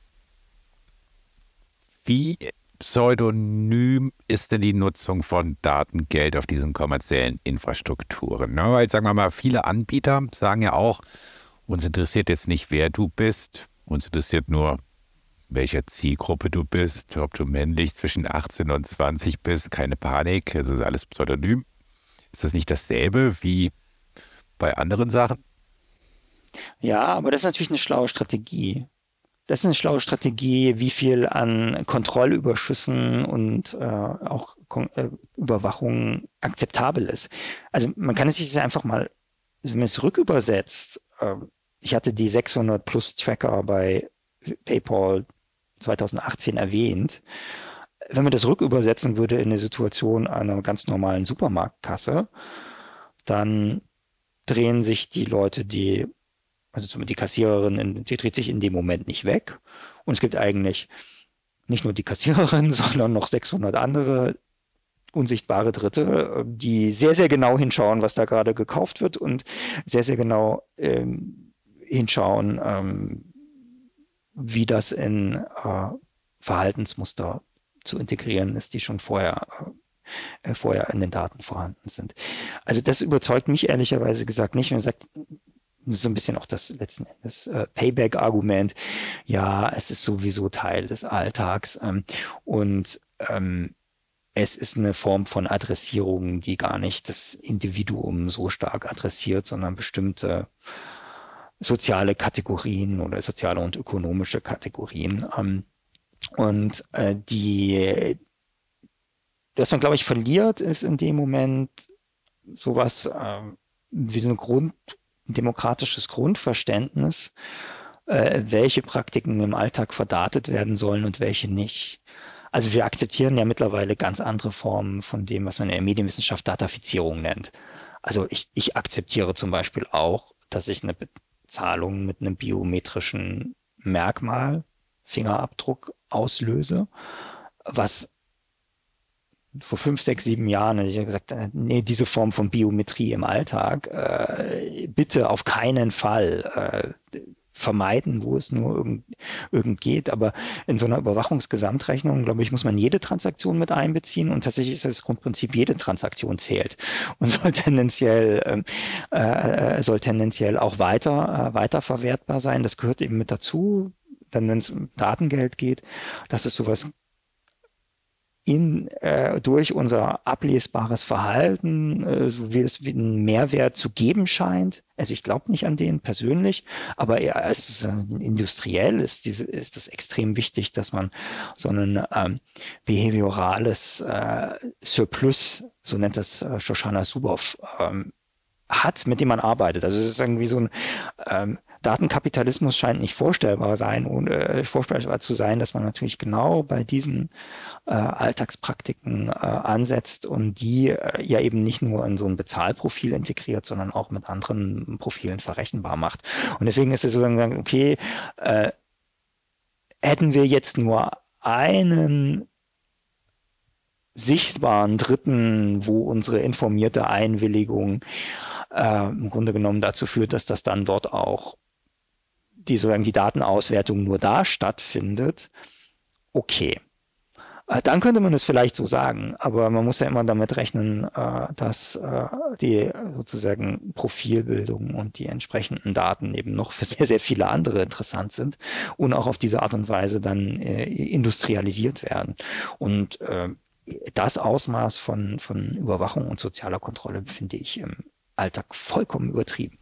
wie pseudonym ist denn die Nutzung von Datengeld auf diesen kommerziellen Infrastrukturen? Ne? Weil, sagen wir mal, viele Anbieter sagen ja auch, uns interessiert jetzt nicht, wer du bist, uns interessiert nur, welcher Zielgruppe du bist, ob du männlich zwischen achtzehn und zwanzig bist, keine Panik, es ist alles pseudonym. Ist das nicht dasselbe wie bei anderen Sachen? Ja, aber das ist natürlich eine schlaue Strategie. Das ist eine schlaue Strategie, wie viel an Kontrollüberschüssen und äh, auch äh, Überwachung akzeptabel ist. Also man kann es sich einfach mal, wenn man es rückübersetzt, äh, ich hatte die sechshundert plus Tracker bei PayPal zweitausendachtzehn erwähnt. Wenn man das rückübersetzen würde in eine Situation einer ganz normalen Supermarktkasse, dann drehen sich die Leute, die, also zumindest die Kassiererin, die dreht sich in dem Moment nicht weg. Und es gibt eigentlich nicht nur die Kassiererin, sondern noch sechshundert andere unsichtbare Dritte, die sehr, sehr genau hinschauen, was da gerade gekauft wird und sehr, sehr genau ähm, hinschauen, ähm, wie das in äh, Verhaltensmuster zu integrieren ist, die schon vorher, äh, vorher in den Daten vorhanden sind. Also das überzeugt mich ehrlicherweise gesagt nicht. Man sagt, das ist so ein bisschen auch das letzten Endes äh, Payback-Argument. Ja, es ist sowieso Teil des Alltags ähm, und ähm, es ist eine Form von Adressierung, die gar nicht das Individuum so stark adressiert, sondern bestimmte soziale Kategorien oder soziale und ökonomische Kategorien. Ähm, und äh, die, was man, glaube ich, verliert, ist in dem Moment sowas äh, wie so eine Grund, ein demokratisches Grundverständnis, äh, welche Praktiken im Alltag verdatet werden sollen und welche nicht. Also wir akzeptieren ja mittlerweile ganz andere Formen von dem, was man in der Medienwissenschaft Datafizierung nennt. Also ich, ich akzeptiere zum Beispiel auch, dass ich eine Bezahlung mit einem biometrischen Merkmal, Fingerabdruck auslöse, was vor fünf, sechs, sieben Jahren hätte ich ja gesagt, nee, diese Form von Biometrie im Alltag, äh, bitte auf keinen Fall äh, vermeiden, wo es nur irgend, irgend geht. Aber in so einer Überwachungsgesamtrechnung, glaube ich, muss man jede Transaktion mit einbeziehen und tatsächlich ist das Grundprinzip, jede Transaktion zählt und soll tendenziell, äh, soll tendenziell auch weiter, äh, weiter verwertbar sein. Das gehört eben mit dazu. Dann, wenn es um Datengeld geht, dass es sowas in, äh, durch unser ablesbares Verhalten, äh, so wie es wie einen Mehrwert zu geben scheint. Also ich glaube nicht an den persönlich, aber eher als industriell ist, diese, ist das extrem wichtig, dass man so ein ähm, behaviorales äh, Surplus, so nennt das äh, Shoshana Zuboff, ähm, hat, mit dem man arbeitet. Also es ist irgendwie so ein ähm, Datenkapitalismus scheint nicht vorstellbar sein, ohne, äh, vorstellbar zu sein, dass man natürlich genau bei diesen äh, Alltagspraktiken äh, ansetzt und die äh, ja eben nicht nur in so ein Bezahlprofil integriert, sondern auch mit anderen Profilen verrechenbar macht. Und deswegen ist es so, okay, äh, hätten wir jetzt nur einen sichtbaren Dritten, wo unsere informierte Einwilligung äh, im Grunde genommen dazu führt, dass das dann dort auch die sozusagen die Datenauswertung nur da stattfindet, okay. Äh, dann könnte man es vielleicht so sagen, aber man muss ja immer damit rechnen, äh, dass äh, die sozusagen Profilbildung und die entsprechenden Daten eben noch für sehr, sehr viele andere interessant sind und auch auf diese Art und Weise dann äh, industrialisiert werden. Und äh, das Ausmaß von, von Überwachung und sozialer Kontrolle finde ich im Alltag vollkommen übertrieben.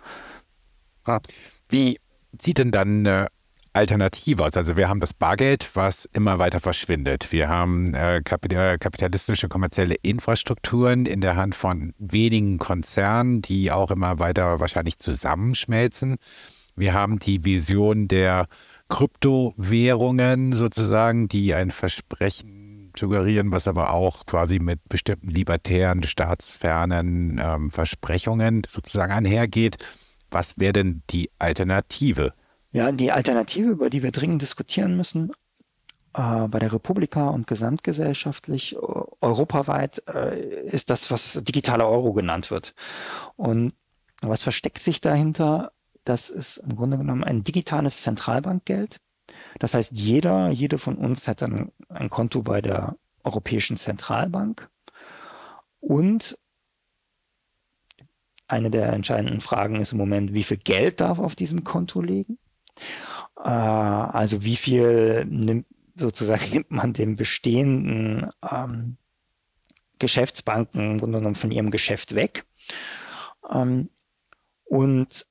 Wie sieht denn dann eine Alternative aus? Also wir haben das Bargeld, was immer weiter verschwindet. Wir haben äh, kapitalistische kommerzielle Infrastrukturen in der Hand von wenigen Konzernen, die auch immer weiter wahrscheinlich zusammenschmelzen. Wir haben die Vision der Kryptowährungen sozusagen, die ein Versprechen suggerieren, was aber auch quasi mit bestimmten libertären, staatsfernen ähm, Versprechungen sozusagen einhergeht. Was wäre denn die Alternative? Ja, die Alternative, über die wir dringend diskutieren müssen, äh, bei der Republika und gesamtgesellschaftlich, äh, europaweit, äh, ist das, was digitaler Euro genannt wird. Und was versteckt sich dahinter? Das ist im Grunde genommen ein digitales Zentralbankgeld. Das heißt, jeder, jede von uns hätte ein, ein Konto bei der Europäischen Zentralbank. Und eine der entscheidenden Fragen ist im Moment, wie viel Geld darf auf diesem Konto liegen? Äh, also wie viel nimmt, sozusagen nimmt man den bestehenden ähm, Geschäftsbanken im Grunde genommen von ihrem Geschäft weg? Ähm, und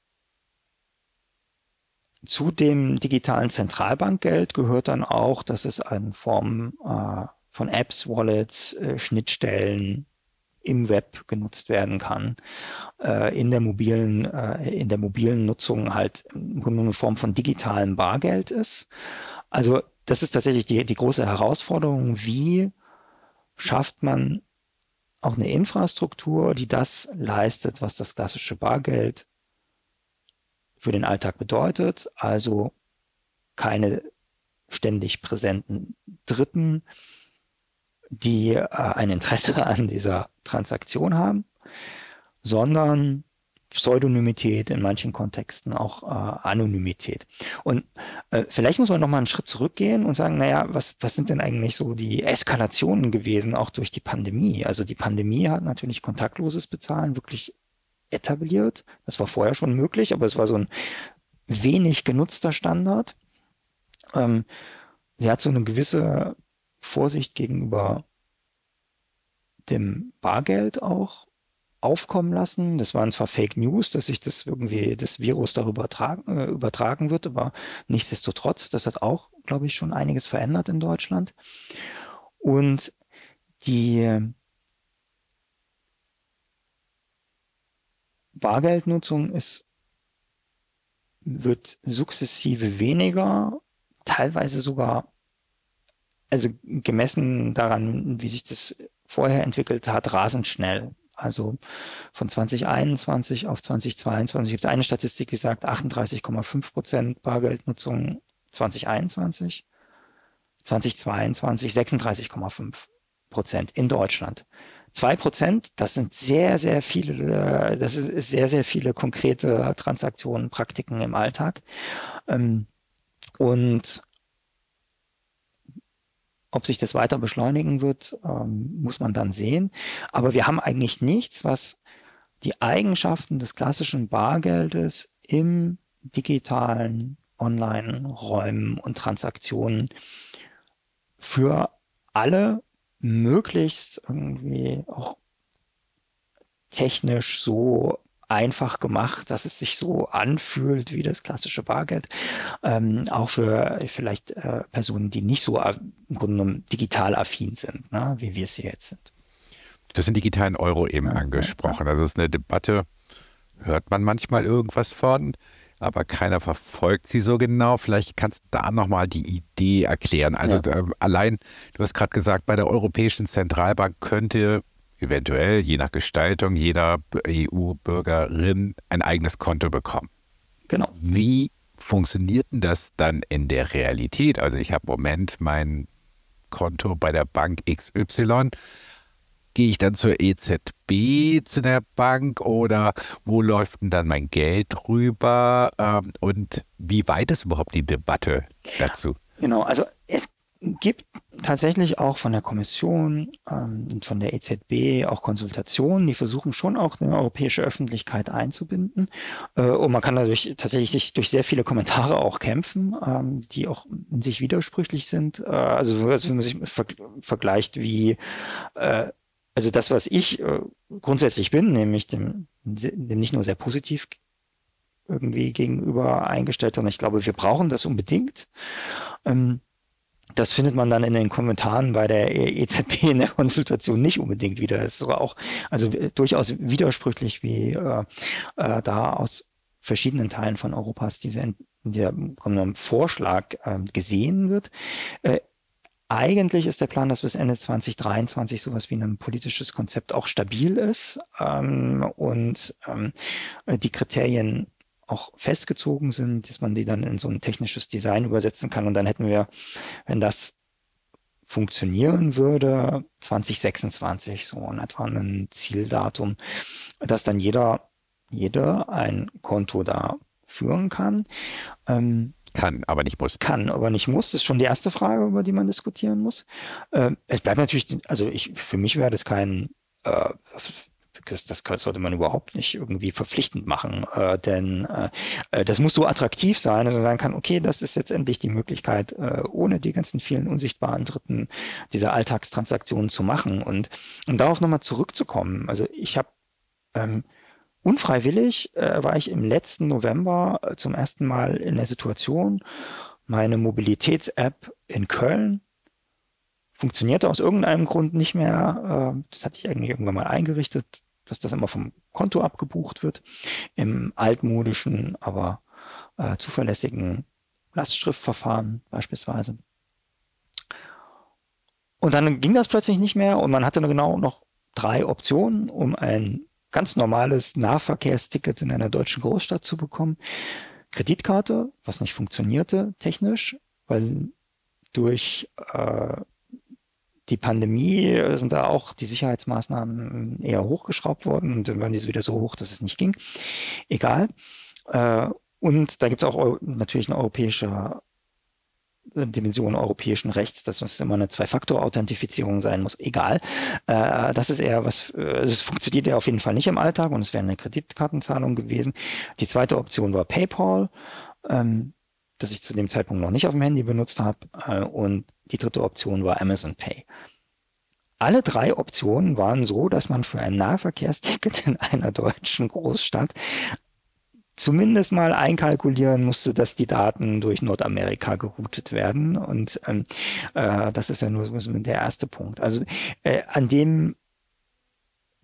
zu dem digitalen Zentralbankgeld gehört dann auch, dass es in Form äh, von Apps, Wallets, äh, Schnittstellen im Web genutzt werden kann, äh, in der mobilen, äh, in der mobilen Nutzung halt im Grunde eine Form von digitalem Bargeld ist. Also das ist tatsächlich die, die große Herausforderung, wie schafft man auch eine Infrastruktur, die das leistet, was das klassische Bargeld für den Alltag bedeutet, also keine ständig präsenten Dritten, die äh, ein Interesse an dieser Transaktion haben, sondern Pseudonymität, in manchen Kontexten auch äh, Anonymität. Und äh, vielleicht muss man noch mal einen Schritt zurückgehen und sagen, naja, was, was sind denn eigentlich so die Eskalationen gewesen, auch durch die Pandemie? Also die Pandemie hat natürlich kontaktloses Bezahlen wirklich etabliert. Das war vorher schon möglich, aber es war so ein wenig genutzter Standard. Ähm, sie hat so eine gewisse Vorsicht gegenüber dem Bargeld auch aufkommen lassen. Das waren zwar Fake News, dass sich das irgendwie das Virus darüber tragen, äh, übertragen wird, aber nichtsdestotrotz, das hat auch, glaube ich, schon einiges verändert in Deutschland. Und die Bargeldnutzung ist, wird sukzessive weniger, teilweise sogar, also gemessen daran, wie sich das vorher entwickelt hat, rasend schnell. Also von zwanzig einundzwanzig auf zwanzig zweiundzwanzig gibt es eine Statistik, die sagt achtunddreißig Komma fünf Prozent Bargeldnutzung zwanzig einundzwanzig, zwanzig zweiundzwanzig sechsunddreißig Komma fünf Prozent in Deutschland. Zwei Prozent, das sind sehr, sehr viele, das ist sehr, sehr viele konkrete Transaktionen, Praktiken im Alltag. Und ob sich das weiter beschleunigen wird, muss man dann sehen. Aber wir haben eigentlich nichts, was die Eigenschaften des klassischen Bargeldes im digitalen Online-Räumen und Transaktionen für alle möglichst irgendwie auch technisch so einfach gemacht, dass es sich so anfühlt wie das klassische Bargeld. Ähm, auch für vielleicht äh, Personen, die nicht so im Grunde genommen digital affin sind, ne, wie wir es hier jetzt sind. Du hast den digitalen Euro eben ja, angesprochen. Ja. Das ist eine Debatte, hört man manchmal irgendwas von, aber keiner verfolgt sie so genau. Vielleicht kannst du da nochmal die Idee erklären. Also ja. äh, allein, du hast gerade gesagt, bei der Europäischen Zentralbank könnte eventuell, je nach Gestaltung, jeder E U-Bürgerin ein eigenes Konto bekommen. Genau. Wie funktioniert denn das dann in der Realität? Also ich habe im Moment mein Konto bei der Bank X Y. Gehe ich dann zur E Z B, zu der Bank, oder wo läuft denn dann mein Geld rüber? Ähm, und wie weit ist überhaupt die Debatte dazu? Genau, also es gibt tatsächlich auch von der Kommission ähm, und von der E Z B auch Konsultationen, die versuchen schon auch eine europäische Öffentlichkeit einzubinden. Äh, und man kann dadurch tatsächlich sich durch sehr viele Kommentare auch kämpfen, ähm, die auch in sich widersprüchlich sind. Äh, also, also wenn man sich ver vergleicht, wie äh, also das, was ich äh, grundsätzlich bin, nämlich dem, dem nicht nur sehr positiv irgendwie gegenüber eingestellt, sondern ich glaube, wir brauchen das unbedingt. Ähm, Das findet man dann in den Kommentaren bei der E Z B in der Konsultation nicht unbedingt wieder. Es ist sogar auch also durchaus widersprüchlich, wie äh, äh, da aus verschiedenen Teilen von Europas dieser, dieser Vorschlag äh, gesehen wird. Äh, Eigentlich ist der Plan, dass bis Ende zwanzig dreiundzwanzig sowas wie ein politisches Konzept auch stabil ist ähm, und ähm, die Kriterien auch festgezogen sind, dass man die dann in so ein technisches Design übersetzen kann. Und dann hätten wir, wenn das funktionieren würde, zwanzig sechsundzwanzig so in etwa ein Zieldatum, dass dann jeder, jeder ein Konto da führen kann. Ähm, Kann, aber nicht muss. Kann, aber nicht muss. Das ist schon die erste Frage, über die man diskutieren muss. Äh, es bleibt natürlich, also ich, für mich wäre das kein, äh, das, das sollte man überhaupt nicht irgendwie verpflichtend machen, äh, denn äh, das muss so attraktiv sein, dass man sagen kann, okay, das ist jetzt endlich die Möglichkeit, äh, ohne die ganzen vielen unsichtbaren Dritten diese Alltagstransaktionen zu machen. Und um darauf nochmal zurückzukommen, also ich habe ähm, Unfreiwillig äh, war ich im letzten November äh, zum ersten Mal in der Situation, meine Mobilitäts-App in Köln funktionierte aus irgendeinem Grund nicht mehr. Äh, das hatte ich eigentlich irgendwann mal eingerichtet, dass das immer vom Konto abgebucht wird, im altmodischen, aber äh, zuverlässigen Lastschriftverfahren beispielsweise. Und dann ging das plötzlich nicht mehr und man hatte genau noch drei Optionen, um ein ganz normales Nahverkehrsticket in einer deutschen Großstadt zu bekommen. Kreditkarte, was nicht funktionierte technisch, weil durch äh, die Pandemie sind da auch die Sicherheitsmaßnahmen eher hochgeschraubt worden und dann waren die wieder so hoch, dass es nicht ging. Egal. Äh, und da gibt es auch natürlich eine europäische Dimension europäischen Rechts, dass es immer eine Zwei-Faktor-Authentifizierung sein muss. Egal. Äh, das ist eher was, äh, es funktioniert ja auf jeden Fall nicht im Alltag und es wäre eine Kreditkartenzahlung gewesen. Die zweite Option war PayPal, ähm, das ich zu dem Zeitpunkt noch nicht auf dem Handy benutzt habe. Äh, und die dritte Option war Amazon Pay. Alle drei Optionen waren so, dass man für ein Nahverkehrsticket in einer deutschen Großstadt zumindest mal einkalkulieren musste, dass die Daten durch Nordamerika geroutet werden. Und ähm, äh, das ist ja nur so der erste Punkt. Also äh, an dem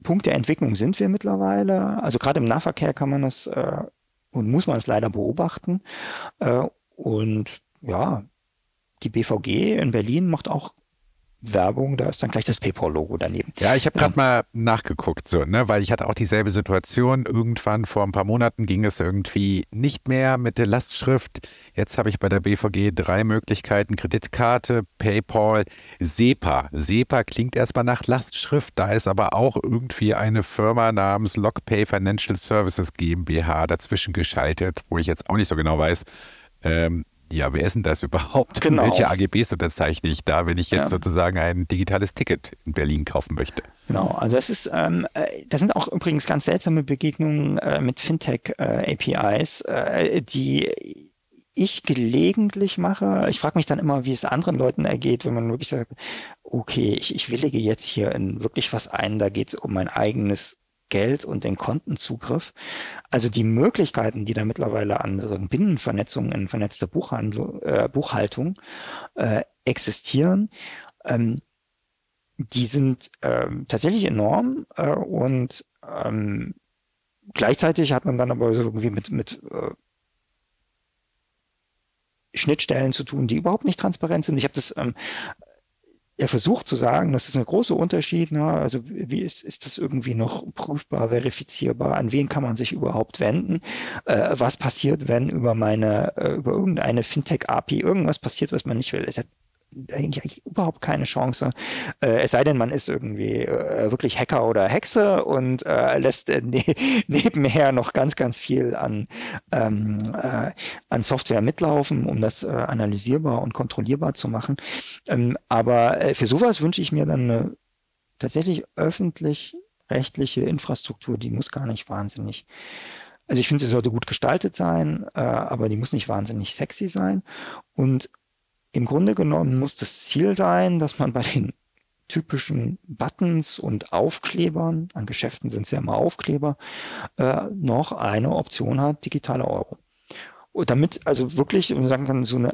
Punkt der Entwicklung sind wir mittlerweile. Also gerade im Nahverkehr kann man das äh, und muss man es leider beobachten. Äh, und ja, die B V G in Berlin macht auch Werbung, da ist dann gleich das PayPal-Logo daneben. Ja, ich habe gerade mal nachgeguckt, so, ne, weil ich hatte auch dieselbe Situation. Irgendwann vor ein paar Monaten ging es irgendwie nicht mehr mit der Lastschrift. Jetzt habe ich bei der B V G drei Möglichkeiten: Kreditkarte, PayPal, SEPA. SEPA klingt erstmal nach Lastschrift, da ist aber auch irgendwie eine Firma namens LogPay Financial Services GmbH dazwischen geschaltet, wo ich jetzt auch nicht so genau weiß, ähm, ja, wer ist denn das überhaupt? Genau. Welche A G Bs unterzeichne ich da, wenn ich jetzt Ja. sozusagen ein digitales Ticket in Berlin kaufen möchte? Genau, also das ist, ähm, äh, das sind auch übrigens ganz seltsame Begegnungen äh, mit Fintech-A P Is, äh, die ich gelegentlich mache. Ich frage mich dann immer, wie es anderen Leuten ergeht, wenn man wirklich sagt, okay, ich, ich willige jetzt hier in wirklich was ein, da geht es um mein eigenes Geld und den Kontenzugriff. Also die Möglichkeiten, die da mittlerweile an so Binnenvernetzung in vernetzter Buchhandlung, äh, Buchhaltung äh, existieren, ähm, die sind ähm, tatsächlich enorm äh, und ähm, gleichzeitig hat man dann aber so irgendwie mit, mit äh, Schnittstellen zu tun, die überhaupt nicht transparent sind. Ich habe das ähm, ja versucht zu sagen, das ist ein großer Unterschied. Ne? Also wie ist, ist das irgendwie noch prüfbar, verifizierbar? An wen kann man sich überhaupt wenden? Äh, was passiert, wenn über meine, äh, über irgendeine Fintech-A P I irgendwas passiert, was man nicht will? Es hat eigentlich überhaupt keine Chance. Äh, es sei denn, man ist irgendwie äh, wirklich Hacker oder Hexe und äh, lässt äh, ne nebenher noch ganz, ganz viel an, ähm, äh, an Software mitlaufen, um das äh, analysierbar und kontrollierbar zu machen. Ähm, aber äh, für sowas wünsche ich mir dann eine tatsächlich öffentlich-rechtliche Infrastruktur, die muss gar nicht wahnsinnig, also ich finde, sie sollte gut gestaltet sein, äh, aber die muss nicht wahnsinnig sexy sein. Und im Grunde genommen muss das Ziel sein, dass man bei den typischen Buttons und Aufklebern, an Geschäften sind es ja immer Aufkleber, äh, noch eine Option hat, digitale Euro. Und damit also wirklich, man sagen kann, so eine,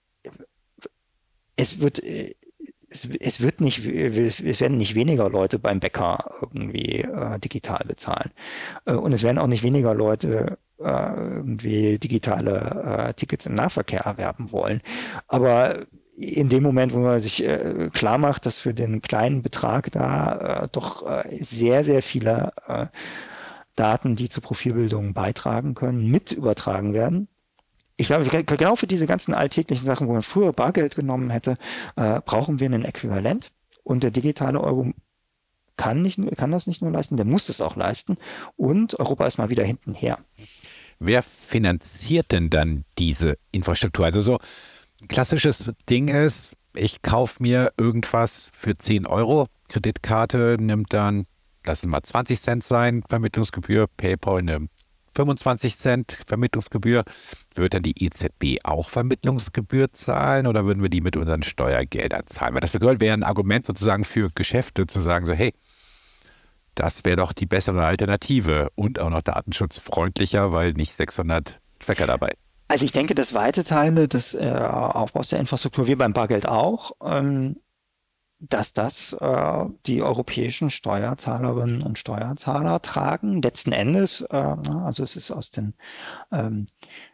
es wird, es, es wird nicht, es werden nicht weniger Leute beim Bäcker irgendwie äh, digital bezahlen. Äh, und es werden auch nicht weniger Leute irgendwie digitale äh, Tickets im Nahverkehr erwerben wollen. Aber in dem Moment, wo man sich äh, klar macht, dass für den kleinen Betrag da äh, doch äh, sehr, sehr viele äh, Daten, die zur Profilbildung beitragen können, mit übertragen werden. Ich glaube, genau für diese ganzen alltäglichen Sachen, wo man früher Bargeld genommen hätte, äh, brauchen wir ein Äquivalent. Und der digitale Euro kann, nicht, kann das nicht nur leisten, der muss es auch leisten. Und Europa ist mal wieder hintenher. Wer finanziert denn dann diese Infrastruktur? Also so ein klassisches Ding ist, ich kaufe mir irgendwas für zehn Euro, Kreditkarte nimmt dann, lass es mal zwanzig Cent sein, Vermittlungsgebühr, PayPal nimmt fünfundzwanzig Cent Vermittlungsgebühr. Wird dann die E Z B auch Vermittlungsgebühr zahlen oder würden wir die mit unseren Steuergeldern zahlen? Weil das wäre ein Argument sozusagen für Geschäfte zu sagen, so hey, das wäre doch die bessere Alternative und auch noch datenschutzfreundlicher, weil nicht sechshundert Tracker dabei. Also ich denke, dass weite Teile des äh, Aufbaus der Infrastruktur, wie beim Bargeld auch, ähm, dass das äh, die europäischen Steuerzahlerinnen und Steuerzahler tragen. Letzten Endes, äh, also es ist aus den ähm,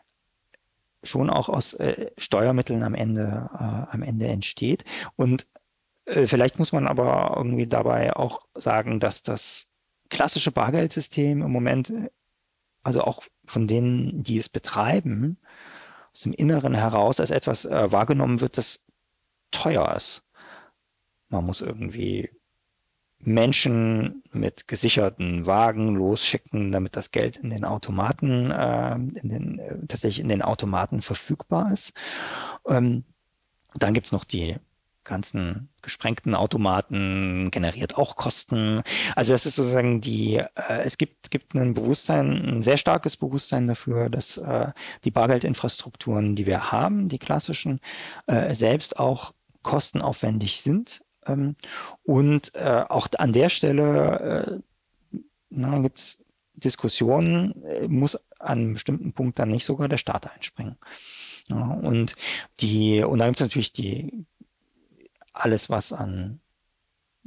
schon auch aus äh, Steuermitteln am Ende, äh, am Ende entsteht. Und vielleicht muss man aber irgendwie dabei auch sagen, dass das klassische Bargeldsystem im Moment, also auch von denen, die es betreiben, aus dem Inneren heraus als etwas äh, wahrgenommen wird, das teuer ist. Man muss irgendwie Menschen mit gesicherten Wagen losschicken, damit das Geld in den Automaten, äh, in den, äh, tatsächlich in den Automaten verfügbar ist. Ähm, dann gibt's noch die ganzen gesprengten Automaten, generiert auch Kosten. Also das ist sozusagen die, äh, es gibt, gibt ein Bewusstsein, ein sehr starkes Bewusstsein dafür, dass äh, die Bargeldinfrastrukturen, die wir haben, die klassischen, äh, selbst auch kostenaufwendig sind. Ähm, und äh, auch an der Stelle äh, gibt es Diskussionen, äh, muss an einem bestimmten Punkt dann nicht sogar der Staat einspringen. Ja, und die, und dann gibt es natürlich die alles, was an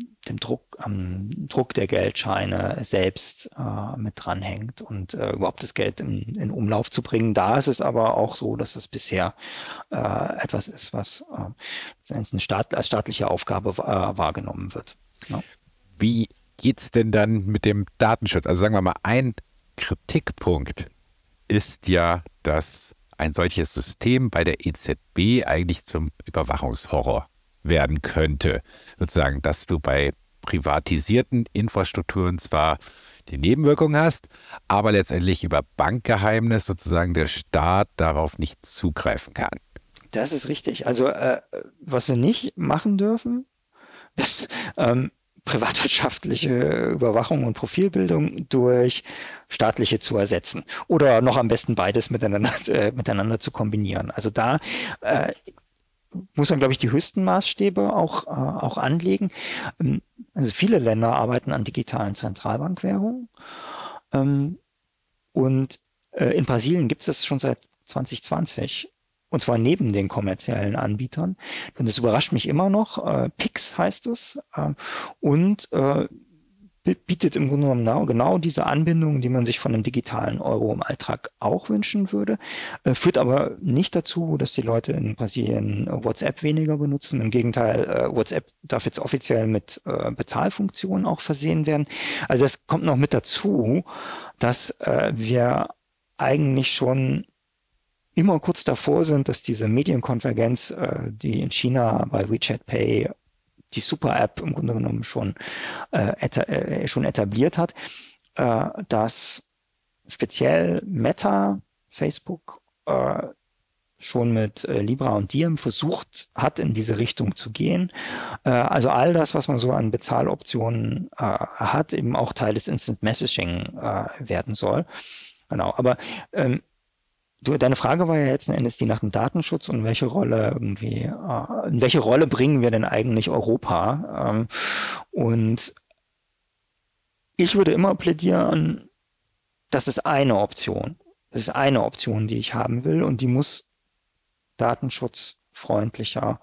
dem Druck, am Druck der Geldscheine selbst äh, mit dranhängt und äh, überhaupt das Geld in, in Umlauf zu bringen. Da ist es aber auch so, dass es bisher äh, etwas ist, was äh, eine Staat, als staatliche Aufgabe äh, wahrgenommen wird. Ja. Wie geht es denn dann mit dem Datenschutz? Also sagen wir mal, ein Kritikpunkt ist ja, dass ein solches System bei der E Z B eigentlich zum Überwachungshorror werden könnte. Sozusagen, dass du bei privatisierten Infrastrukturen zwar die Nebenwirkung hast, aber letztendlich über Bankgeheimnis sozusagen der Staat darauf nicht zugreifen kann. Das ist richtig. Also äh, was wir nicht machen dürfen, ist ähm, privatwirtschaftliche Überwachung und Profilbildung durch staatliche zu ersetzen oder noch am besten beides miteinander, äh, miteinander zu kombinieren. Also da äh, muss man, glaube ich, die höchsten Maßstäbe auch, äh, auch anlegen. Ähm, also viele Länder arbeiten an digitalen Zentralbankwährungen. Ähm, und äh, in Brasilien gibt es das schon seit zwanzig zwanzig. Und zwar neben den kommerziellen Anbietern. Und das überrascht mich immer noch. Äh, Pix heißt es. Äh, und äh, bietet im Grunde genommen genau diese Anbindung, die man sich von einem digitalen Euro im Alltag auch wünschen würde, äh, führt aber nicht dazu, dass die Leute in Brasilien WhatsApp weniger benutzen. Im Gegenteil, äh, WhatsApp darf jetzt offiziell mit äh, Bezahlfunktionen auch versehen werden. Also das kommt noch mit dazu, dass äh, wir eigentlich schon immer kurz davor sind, dass diese Medienkonvergenz, äh, die in China bei WeChat Pay die Super-App im Grunde genommen schon, äh, eta äh, schon etabliert hat, äh, dass speziell Meta, Facebook, äh, schon mit äh, Libra und Diem versucht hat, in diese Richtung zu gehen. Äh, also all das, was man so an Bezahloptionen äh, hat, eben auch Teil des Instant Messaging äh, werden soll. Genau, aber ähm, Du, deine Frage war ja jetzt Endes die nach dem Datenschutz und welche Rolle irgendwie, äh, in welche Rolle bringen wir denn eigentlich Europa? Ähm, und ich würde immer plädieren, das ist eine Option. Das ist eine Option, die ich haben will und die muss datenschutzfreundlicher,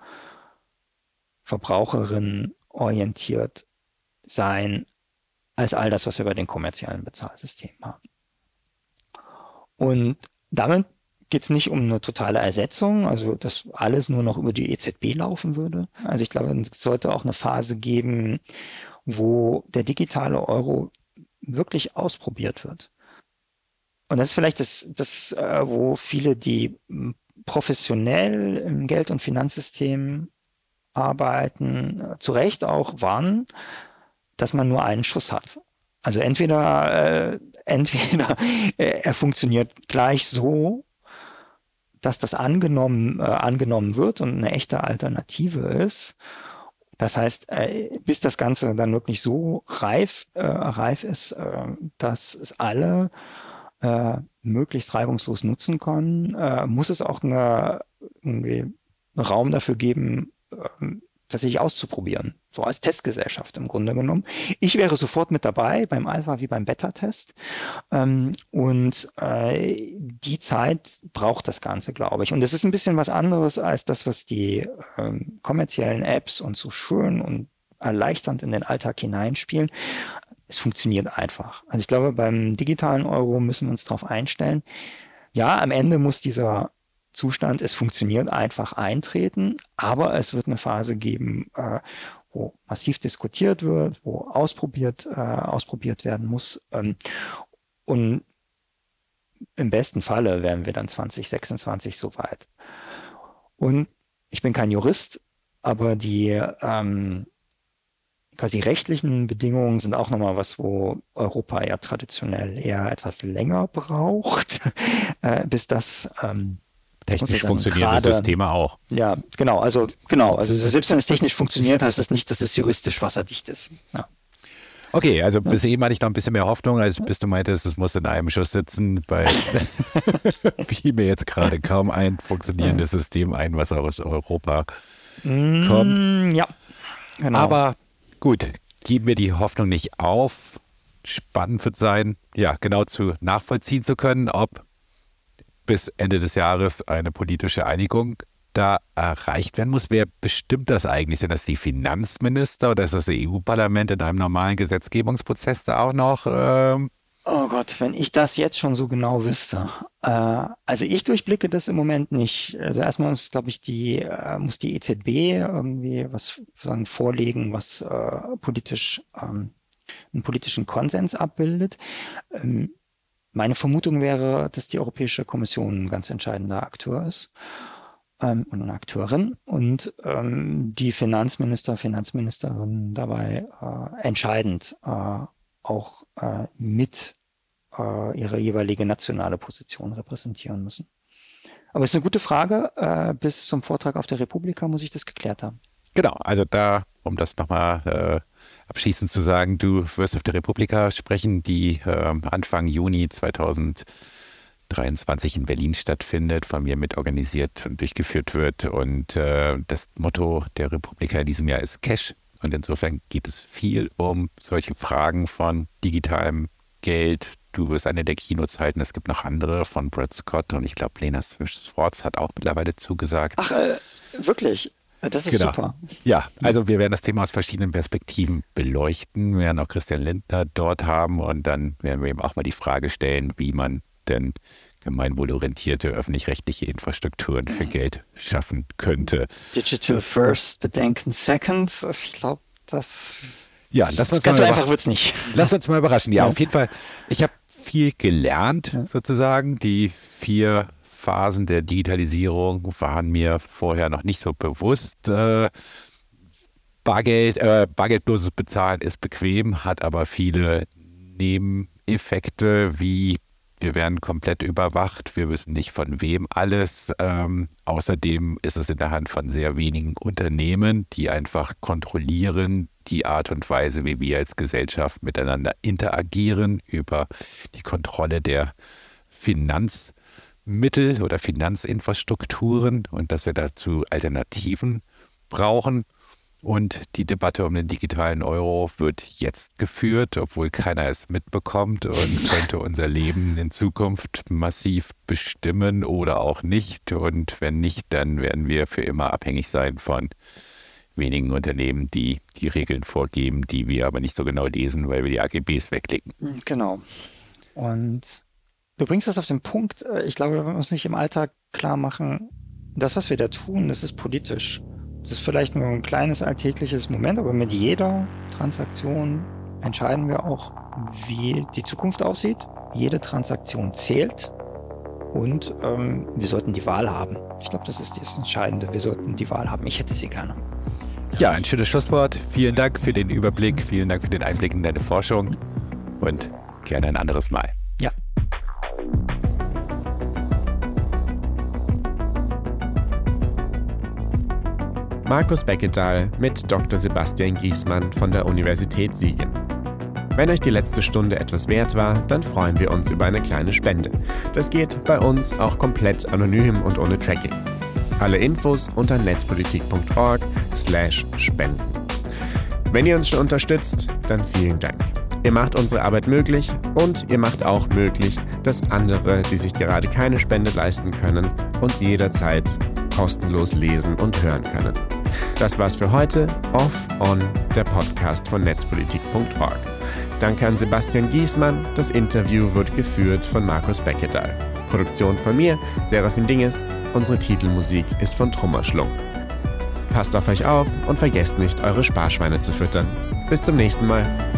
verbraucherinnenorientiert sein als all das, was wir bei den kommerziellen Bezahlsystemen haben. Und damit geht es nicht um eine totale Ersetzung, also dass alles nur noch über die E Z B laufen würde. Also ich glaube, es sollte auch eine Phase geben, wo der digitale Euro wirklich ausprobiert wird. Und das ist vielleicht das, das wo viele, die professionell im Geld- und Finanzsystem arbeiten, zu Recht auch warnen, dass man nur einen Schuss hat. Also entweder, äh, entweder äh, er funktioniert gleich so, dass das angenommen, äh, angenommen wird und eine echte Alternative ist. Das heißt, äh, bis das Ganze dann wirklich so reif, äh, reif ist, äh, dass es alle äh, möglichst reibungslos nutzen können, äh, muss es auch eine, irgendwie einen Raum dafür geben, äh, tatsächlich auszuprobieren. So als Testgesellschaft im Grunde genommen. Ich wäre sofort mit dabei beim Alpha wie beim Beta-Test. Ähm, und äh, die Zeit braucht das Ganze, glaube ich. Und das ist ein bisschen was anderes als das, was die ähm, kommerziellen Apps und so schön und erleichternd in den Alltag hineinspielen. Es funktioniert einfach. Also ich glaube, beim digitalen Euro müssen wir uns darauf einstellen. Ja, am Ende muss dieser Zustand, es funktioniert, einfach eintreten, aber es wird eine Phase geben, äh, wo massiv diskutiert wird, wo ausprobiert, äh, ausprobiert werden muss. Ähm, und im besten Falle wären wir dann zwanzig sechsundzwanzig soweit. Und ich bin kein Jurist, aber die ähm, quasi rechtlichen Bedingungen sind auch nochmal was, wo Europa ja traditionell eher etwas länger braucht, äh, bis das ähm, technisch funktionieren das Systeme auch. Ja, genau. Also genau. Also selbst wenn es technisch funktioniert, heißt das nicht, dass es juristisch wasserdicht ist. Ja. Okay, also bis eben hatte ich noch ein bisschen mehr Hoffnung, als bis du meintest, es muss in einem Schuss sitzen, weil fiel mir jetzt gerade kaum ein funktionierendes System ein, was aus Europa kommt. Ja, genau. Aber gut, gib mir die Hoffnung nicht auf. Spannend wird sein, ja, genau zu nachvollziehen zu können, ob bis Ende des Jahres eine politische Einigung da erreicht werden muss? Wer bestimmt das eigentlich? Sind das die Finanzminister oder ist das E U-Parlament in einem normalen Gesetzgebungsprozess da auch noch? Ähm Oh Gott, wenn ich das jetzt schon so genau wüsste. Äh, also ich durchblicke das im Moment nicht. Also erstmal muss, glaube ich, die, äh, muss die E Z B irgendwie was sagen, vorlegen, was äh, politisch ähm, einen politischen Konsens abbildet. Ähm, meine Vermutung wäre, dass die Europäische Kommission ein ganz entscheidender Akteur ist ähm, und eine Akteurin und ähm, die Finanzminister, Finanzministerinnen dabei äh, entscheidend äh, auch äh, mit äh, ihre jeweilige nationale Position repräsentieren müssen. Aber es ist eine gute Frage. Äh, bis zum Vortrag auf der Republika muss ich das geklärt haben. Genau, also da, um das nochmal äh, abschließend zu sagen, du wirst auf der Republika sprechen, die äh, Anfang Juni zweitausenddreiundzwanzig in Berlin stattfindet, von mir mitorganisiert und durchgeführt wird. Und äh, das Motto der Republika in diesem Jahr ist Cash. Und insofern geht es viel um solche Fragen von digitalem Geld. Du wirst eine der Keynotes halten. Es gibt noch andere von Brad Scott und ich glaube, Lena Swartz hat auch mittlerweile zugesagt. Ach, äh, wirklich? Das ist genau. Super. Ja, also wir werden das Thema aus verschiedenen Perspektiven beleuchten. Wir werden auch Christian Lindner dort haben und dann werden wir ihm auch mal die Frage stellen, wie man denn gemeinwohlorientierte öffentlich-rechtliche Infrastrukturen für Geld schaffen könnte. Digital first, Bedenken second. Ich glaube, das... Ja, lass uns ganz mal so einfach wird es nicht. Lass uns mal überraschen. Ja, ja, auf jeden Fall. Ich habe viel gelernt, ja. sozusagen. Die vier Phasen der Digitalisierung waren mir vorher noch nicht so bewusst. Äh, Bargeld, äh, bargeldloses Bezahlen ist bequem, hat aber viele Nebeneffekte, wie wir werden komplett überwacht, wir wissen nicht von wem alles. Ähm, außerdem ist es in der Hand von sehr wenigen Unternehmen, die einfach kontrollieren die Art und Weise, wie wir als Gesellschaft miteinander interagieren, über die Kontrolle der Finanzmittel oder Finanzinfrastrukturen und dass wir dazu Alternativen brauchen. Und die Debatte um den digitalen Euro wird jetzt geführt, obwohl keiner es mitbekommt und könnte unser Leben in Zukunft massiv bestimmen oder auch nicht. Und wenn nicht, dann werden wir für immer abhängig sein von wenigen Unternehmen, die die Regeln vorgeben, die wir aber nicht so genau lesen, weil wir die A G Bs wegklicken. Genau. Und du bringst das auf den Punkt. Ich glaube, wir müssen uns nicht im Alltag klar machen, das, was wir da tun, das ist politisch. Das ist vielleicht nur ein kleines alltägliches Moment, aber mit jeder Transaktion entscheiden wir auch, wie die Zukunft aussieht. Jede Transaktion zählt und ähm, wir sollten die Wahl haben. Ich glaube, das ist das Entscheidende. Wir sollten die Wahl haben. Ich hätte sie gerne. Ja, ein schönes Schlusswort. Vielen Dank für den Überblick. Vielen Dank für den Einblick in deine Forschung und gerne ein anderes Mal. Ja. Markus Beckedahl mit Doktor Sebastian Giesmann von der Universität Siegen. Wenn euch die letzte Stunde etwas wert war, dann freuen wir uns über eine kleine Spende. Das geht bei uns auch komplett anonym und ohne Tracking. Alle Infos unter netzpolitik.org slash spenden. Wenn ihr uns schon unterstützt, dann vielen Dank. Ihr macht unsere Arbeit möglich und ihr macht auch möglich, dass andere, die sich gerade keine Spende leisten können, uns jederzeit kostenlos lesen und hören können. Das war's für heute. Off On, der Podcast von netzpolitik punkt org. Danke an Sebastian Giesmann. Das Interview wird geführt von Markus Beckedahl. Produktion von mir, Serafin Dinges. Unsere Titelmusik ist von Trummerschlunk. Passt auf euch auf und vergesst nicht, eure Sparschweine zu füttern. Bis zum nächsten Mal.